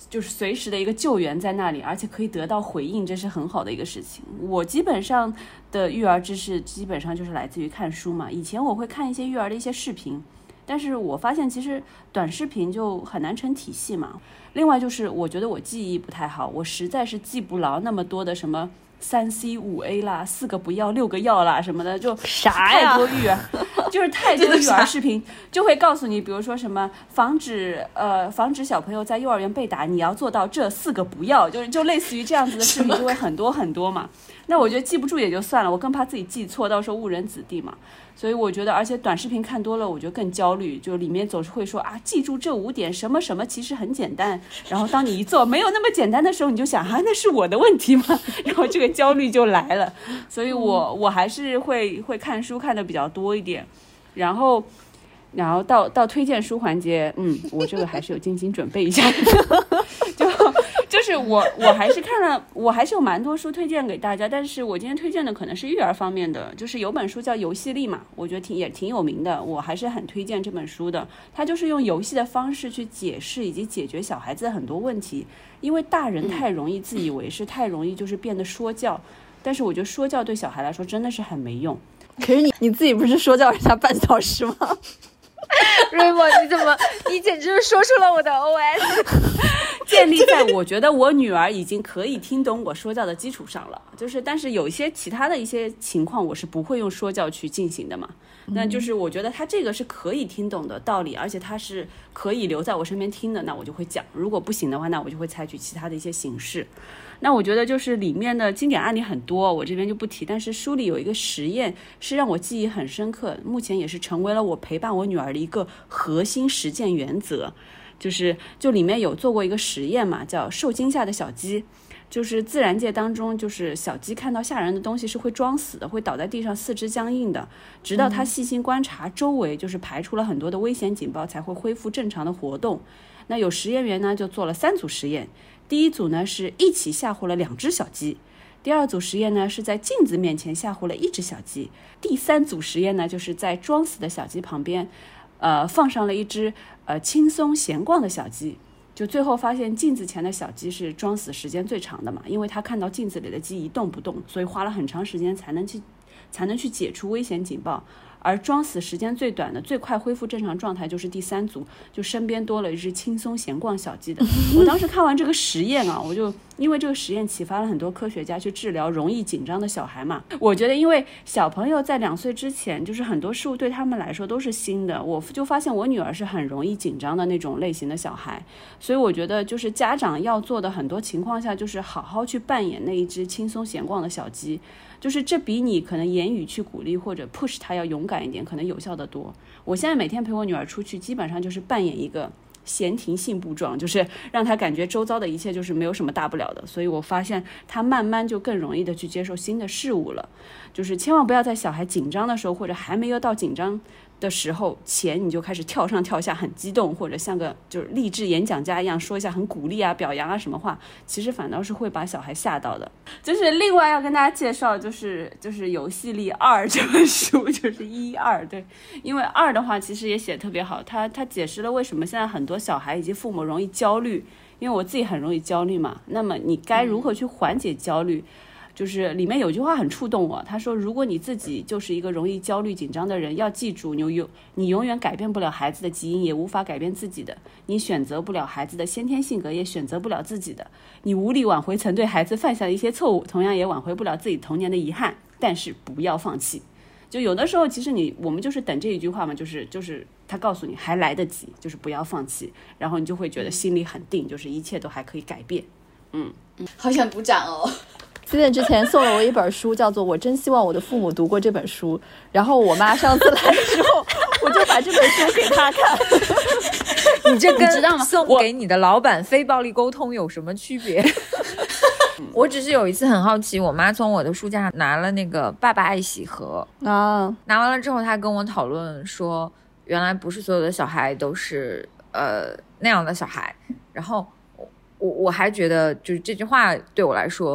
S3: 就是随时的一个救援在那里，而且可以得到回应，这是很好的一个事情。我基本上的育儿知识基本上就是来自于看书嘛，以前我会看一些育儿的一些视频，但是我发现其实短视频就很难成体系嘛。另外就是我觉得我记忆不太好，我实在是记不牢那么多的什么三 C 五 A 啦，四个不要六个要啦什么的，就
S2: 啥呀
S3: 太多育儿就是太多育儿视频就会告诉你，比如说什么防止呃防止小朋友在幼儿园被打，你要做到这四个不要，就是就类似于这样子的视频就会很多很多嘛。那我觉得记不住也就算了，我更怕自己记错，到时候误人子弟嘛。所以我觉得，而且短视频看多了，我觉得更焦虑，就里面总是会说啊，记住这五点什么什么其实很简单，然后当你一做没有那么简单的时候，你就想啊，那是我的问题吗？然后这个焦虑就来了。所以我我还是会会看书看的比较多一点，然后然后到到推荐书环节，嗯，我这个还是有精心准备一下的就就是我我还是看了，我还是有蛮多书推荐给大家，但是我今天推荐的可能是育儿方面的，就是有本书叫《游戏力》嘛，我觉得挺也挺有名的，我还是很推荐这本书的。它就是用游戏的方式去解释以及解决小孩子的很多问题，因为大人太容易自以为是，太容易就是变得说教，但是我觉得说教对小孩来说真的是很没用。
S2: 可是你你自己不是说教人家半小时吗？
S1: 瑞莫，你怎么，你简直是说出了我的 O S。
S3: 建立在我觉得我女儿已经可以听懂我说教的基础上了，就是但是有一些其他的一些情况我是不会用说教去进行的嘛。那就是我觉得她这个是可以听懂的道理，而且她是可以留在我身边听的，那我就会讲，如果不行的话，那我就会采取其他的一些形式。那我觉得就是里面的经典案例很多，我这边就不提，但是书里有一个实验是让我记忆很深刻，目前也是成为了我陪伴我女儿的一个核心实践原则。就是就里面有做过一个实验嘛，叫受惊吓的小鸡。就是自然界当中，就是小鸡看到吓人的东西是会装死的，会倒在地上四肢僵硬的，直到它细心观察周围，就是排除了很多的危险警报，才会恢复正常的活动。那有实验员呢就做了三组实验，第一组呢是一起吓唬了两只小鸡，第二组实验呢是在镜子面前吓唬了一只小鸡，第三组实验呢就是在装死的小鸡旁边呃，放上了一只呃轻松闲逛的小鸡，就最后发现镜子前的小鸡是装死时间最长的嘛，因为它看到镜子里的鸡一动不动，所以花了很长时间才能去才能去解除危险警报。而装死时间最短的、最快恢复正常状态就是第三组，就身边多了一只轻松闲逛小鸡的。我当时看完这个实验啊，我就因为这个实验启发了很多科学家去治疗容易紧张的小孩嘛。我觉得因为小朋友在两岁之前，就是很多事物对他们来说都是新的，我就发现我女儿是很容易紧张的那种类型的小孩，所以我觉得就是家长要做的很多情况下，就是好好去扮演那一只轻松闲逛的小鸡。就是这比你可能言语去鼓励或者 push 他要勇敢一点，可能有效的多。我现在每天陪我女儿出去，基本上就是扮演一个闲庭信步状，就是让她感觉周遭的一切就是没有什么大不了的。所以我发现她慢慢就更容易的去接受新的事物了。就是千万不要在小孩紧张的时候，或者还没有到紧张的时候前，你就开始跳上跳下很激动，或者像个就是励志演讲家一样说一下很鼓励啊表扬啊什么话，其实反倒是会把小孩吓到的。就是另外要跟大家介绍就是就是游戏力二这本书，就是一二对，因为二的话其实也写得特别好，他他解释了为什么现在很多小孩以及父母容易焦虑，因为我自己很容易焦虑嘛，那么你该如何去缓解焦虑、嗯就是里面有句话很触动我，他说如果你自己就是一个容易焦虑紧张的人，要记住你永你永远改变不了孩子的基因，也无法改变自己的，你选择不了孩子的先天性格，也选择不了自己的，你无力挽回曾对孩子犯下的一些错误，同样也挽回不了自己童年的遗憾，但是不要放弃。就有的时候其实你我们就是等这一句话嘛，就是就是他告诉你还来得及，就是不要放弃，然后你就会觉得心里很定，就是一切都还可以改变。嗯，
S4: 好想鼓掌哦。
S2: 思燕之前送了我一本书，叫做《我真希望我的父母读过这本书》，然后我妈上次来的时候，我就把这本书给她看。
S1: 你这跟送给你的老板非暴力沟通有什么区别？我只是有一次很好奇，我妈从我的书架上拿了那个爸爸爱喜盒
S2: 啊，
S1: 拿完了之后，她跟我讨论说，原来不是所有的小孩都是呃那样的小孩，然后我我还觉得就是这句话对我来说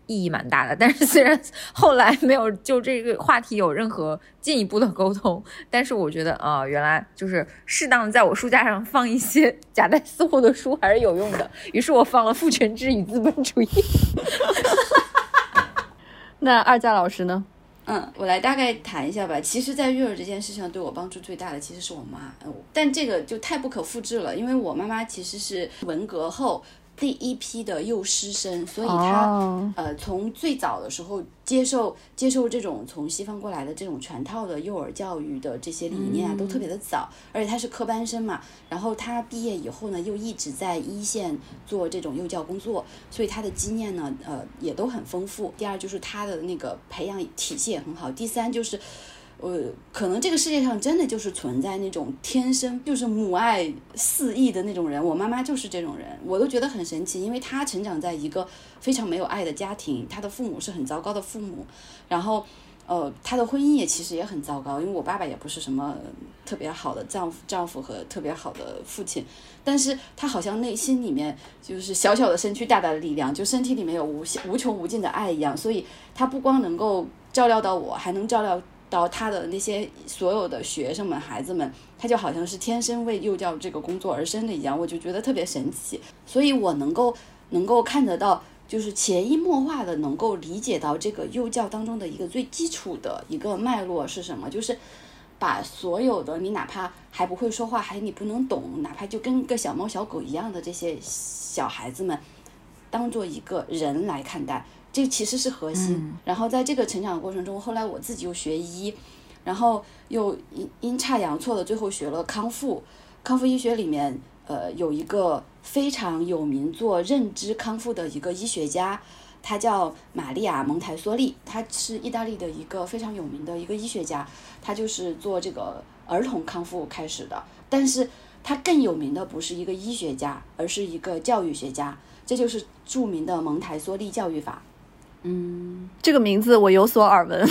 S1: 意义蛮大的。但是虽然后来没有就这个话题有任何进一步的沟通，但是我觉得啊、呃，原来就是适当的在我书架上放一些夹带私货的书还是有用的。于是我放了《父权制与资本主义》。
S2: 那二佳老师呢？
S4: 嗯，我来大概谈一下吧。其实在育儿这件事上对我帮助最大的其实是我妈，但这个就太不可复制了，因为我妈妈其实是文革后第一批的幼师生，所以她、哦、呃从最早的时候接受接受这种从西方过来的这种全套的幼儿教育的这些理念啊、嗯、都特别的早，而且她是科班生嘛，然后她毕业以后呢又一直在一线做这种幼教工作，所以她的经验呢呃也都很丰富。第二就是她的那个培养体系也很好，第三就是呃，可能这个世界上真的就是存在那种天生就是母爱四溢的那种人，我妈妈就是这种人，我都觉得很神奇，因为她成长在一个非常没有爱的家庭，她的父母是很糟糕的父母，然后呃，她的婚姻也其实也很糟糕，因为我爸爸也不是什么特别好的丈夫丈夫和特别好的父亲，但是她好像内心里面就是小小的身躯大大的力量，就身体里面有无无穷无尽的爱一样，所以她不光能够照料到我，还能照料到他的那些所有的学生们孩子们，他就好像是天生为幼教这个工作而生的一样，我就觉得特别神奇。所以我能够能够看得到，就是潜移默化的能够理解到这个幼教当中的一个最基础的一个脉络是什么，就是把所有的你哪怕还不会说话，还你不能懂，哪怕就跟个小猫小狗一样的这些小孩子们当做一个人来看待，这其实是核心、嗯、然后在这个成长的过程中，后来我自己又学医，然后又阴差阳错的最后学了康复。康复医学里面呃有一个非常有名做认知康复的一个医学家，他叫玛利亚蒙台梭利，他是意大利的一个非常有名的一个医学家，他就是做这个儿童康复开始的，但是他更有名的不是一个医学家，而是一个教育学家，这就是著名的蒙台梭利教育法。
S2: 嗯，这个名字我有所耳闻。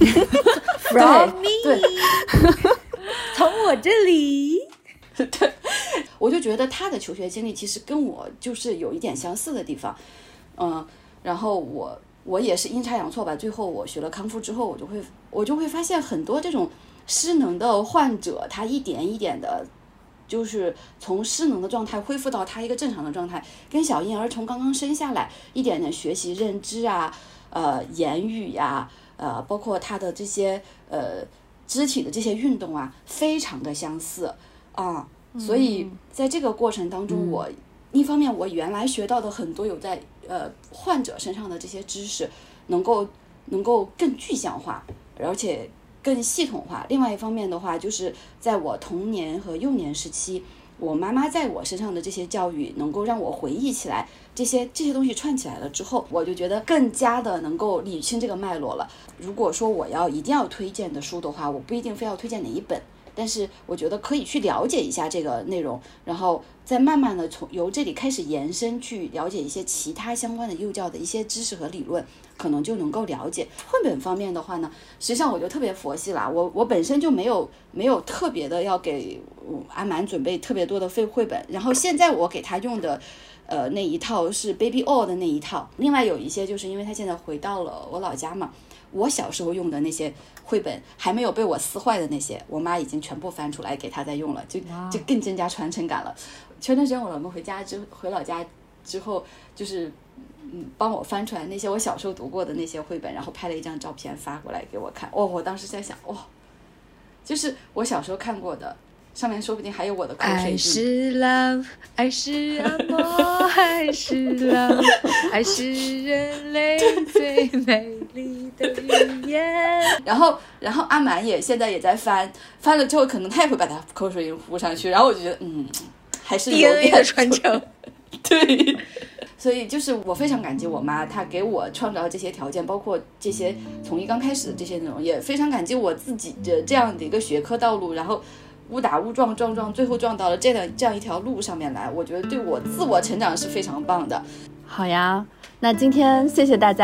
S1: From me， 对，从我这里。
S4: 对，我就觉得他的求学经历其实跟我就是有一点相似的地方，嗯，然后我我也是阴差阳错吧，最后我学了康复之后，我就会我就会发现很多这种失能的患者，他一点一点的。就是从失能的状态恢复到他一个正常的状态，跟小婴儿从刚刚生下来一点点学习认知啊，呃，言语呀、啊，呃，包括他的这些呃肢体的这些运动啊，非常的相似啊。所以在这个过程当中，我、嗯、一方面我原来学到的很多有在呃患者身上的这些知识，能够能够更具象化，而且更系统化。另外一方面的话，就是在我童年和幼年时期，我妈妈在我身上的这些教育能够让我回忆起来，这些这些东西串起来了之后，我就觉得更加的能够理清这个脉络了。如果说我要一定要推荐的书的话，我不一定非要推荐哪一本，但是我觉得可以去了解一下这个内容，然后再慢慢的从由这里开始延伸，去了解一些其他相关的幼教的一些知识和理论，可能就能够了解。绘本方面的话呢，实际上我就特别佛系啦，我我本身就没有没有特别的要给阿蛮准备特别多的绘绘本，然后现在我给他用的呃那一套是 Baby All 的那一套，另外有一些就是因为他现在回到了我老家嘛，我小时候用的那些绘本还没有被我撕坏的那些，我妈已经全部翻出来给他在用了，就就更增加传承感了。前段时间我老公回家之回老家之后，就是嗯帮我翻出来那些我小时候读过的那些绘本，然后拍了一张照片发过来给我看。哦，我当时在想，哇、哦，就是我小时候看过的，上面说不定还有我的口水印。
S1: 爱是 love， 爱是阿莫，爱是 love， 爱是人类最美丽的语言。
S4: 然后，然后阿蛮也现在也在翻，翻了之后可能他也会把他口水印糊上去。然后我就觉得，嗯，还是有点
S1: D N A 的传承。
S4: 对。所以就是我非常感激我妈，她给我创造这些条件，包括这些从一刚开始的这些内容，也非常感激我自己的这样的一个学科道路，然后误打误撞撞撞，最后撞到了这样这样一条路上面来，我觉得对我自我成长是非常棒的。
S2: 好呀，那今天谢谢大家，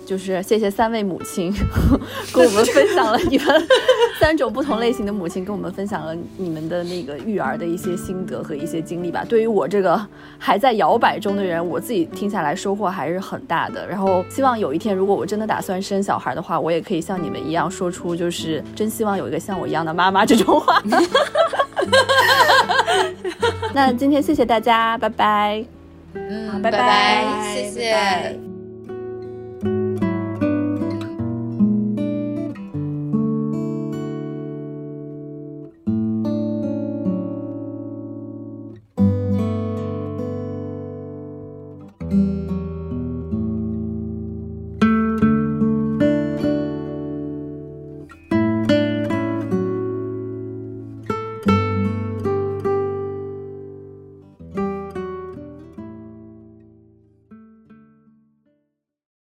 S2: 就是谢谢三位母亲跟我们分享了你们三种不同类型的母亲跟我们分享了你们的那个育儿的一些心得和一些经历吧。对于我这个还在摇摆中的人，我自己听下来收获还是很大的。然后希望有一天如果我真的打算生小孩的话，我也可以像你们一样说出就是真希望有一个像我一样的妈妈这种话那今天谢谢大家，拜拜。
S1: 嗯，
S3: 拜
S1: 拜
S3: 拜
S1: 谢谢。
S3: 拜拜。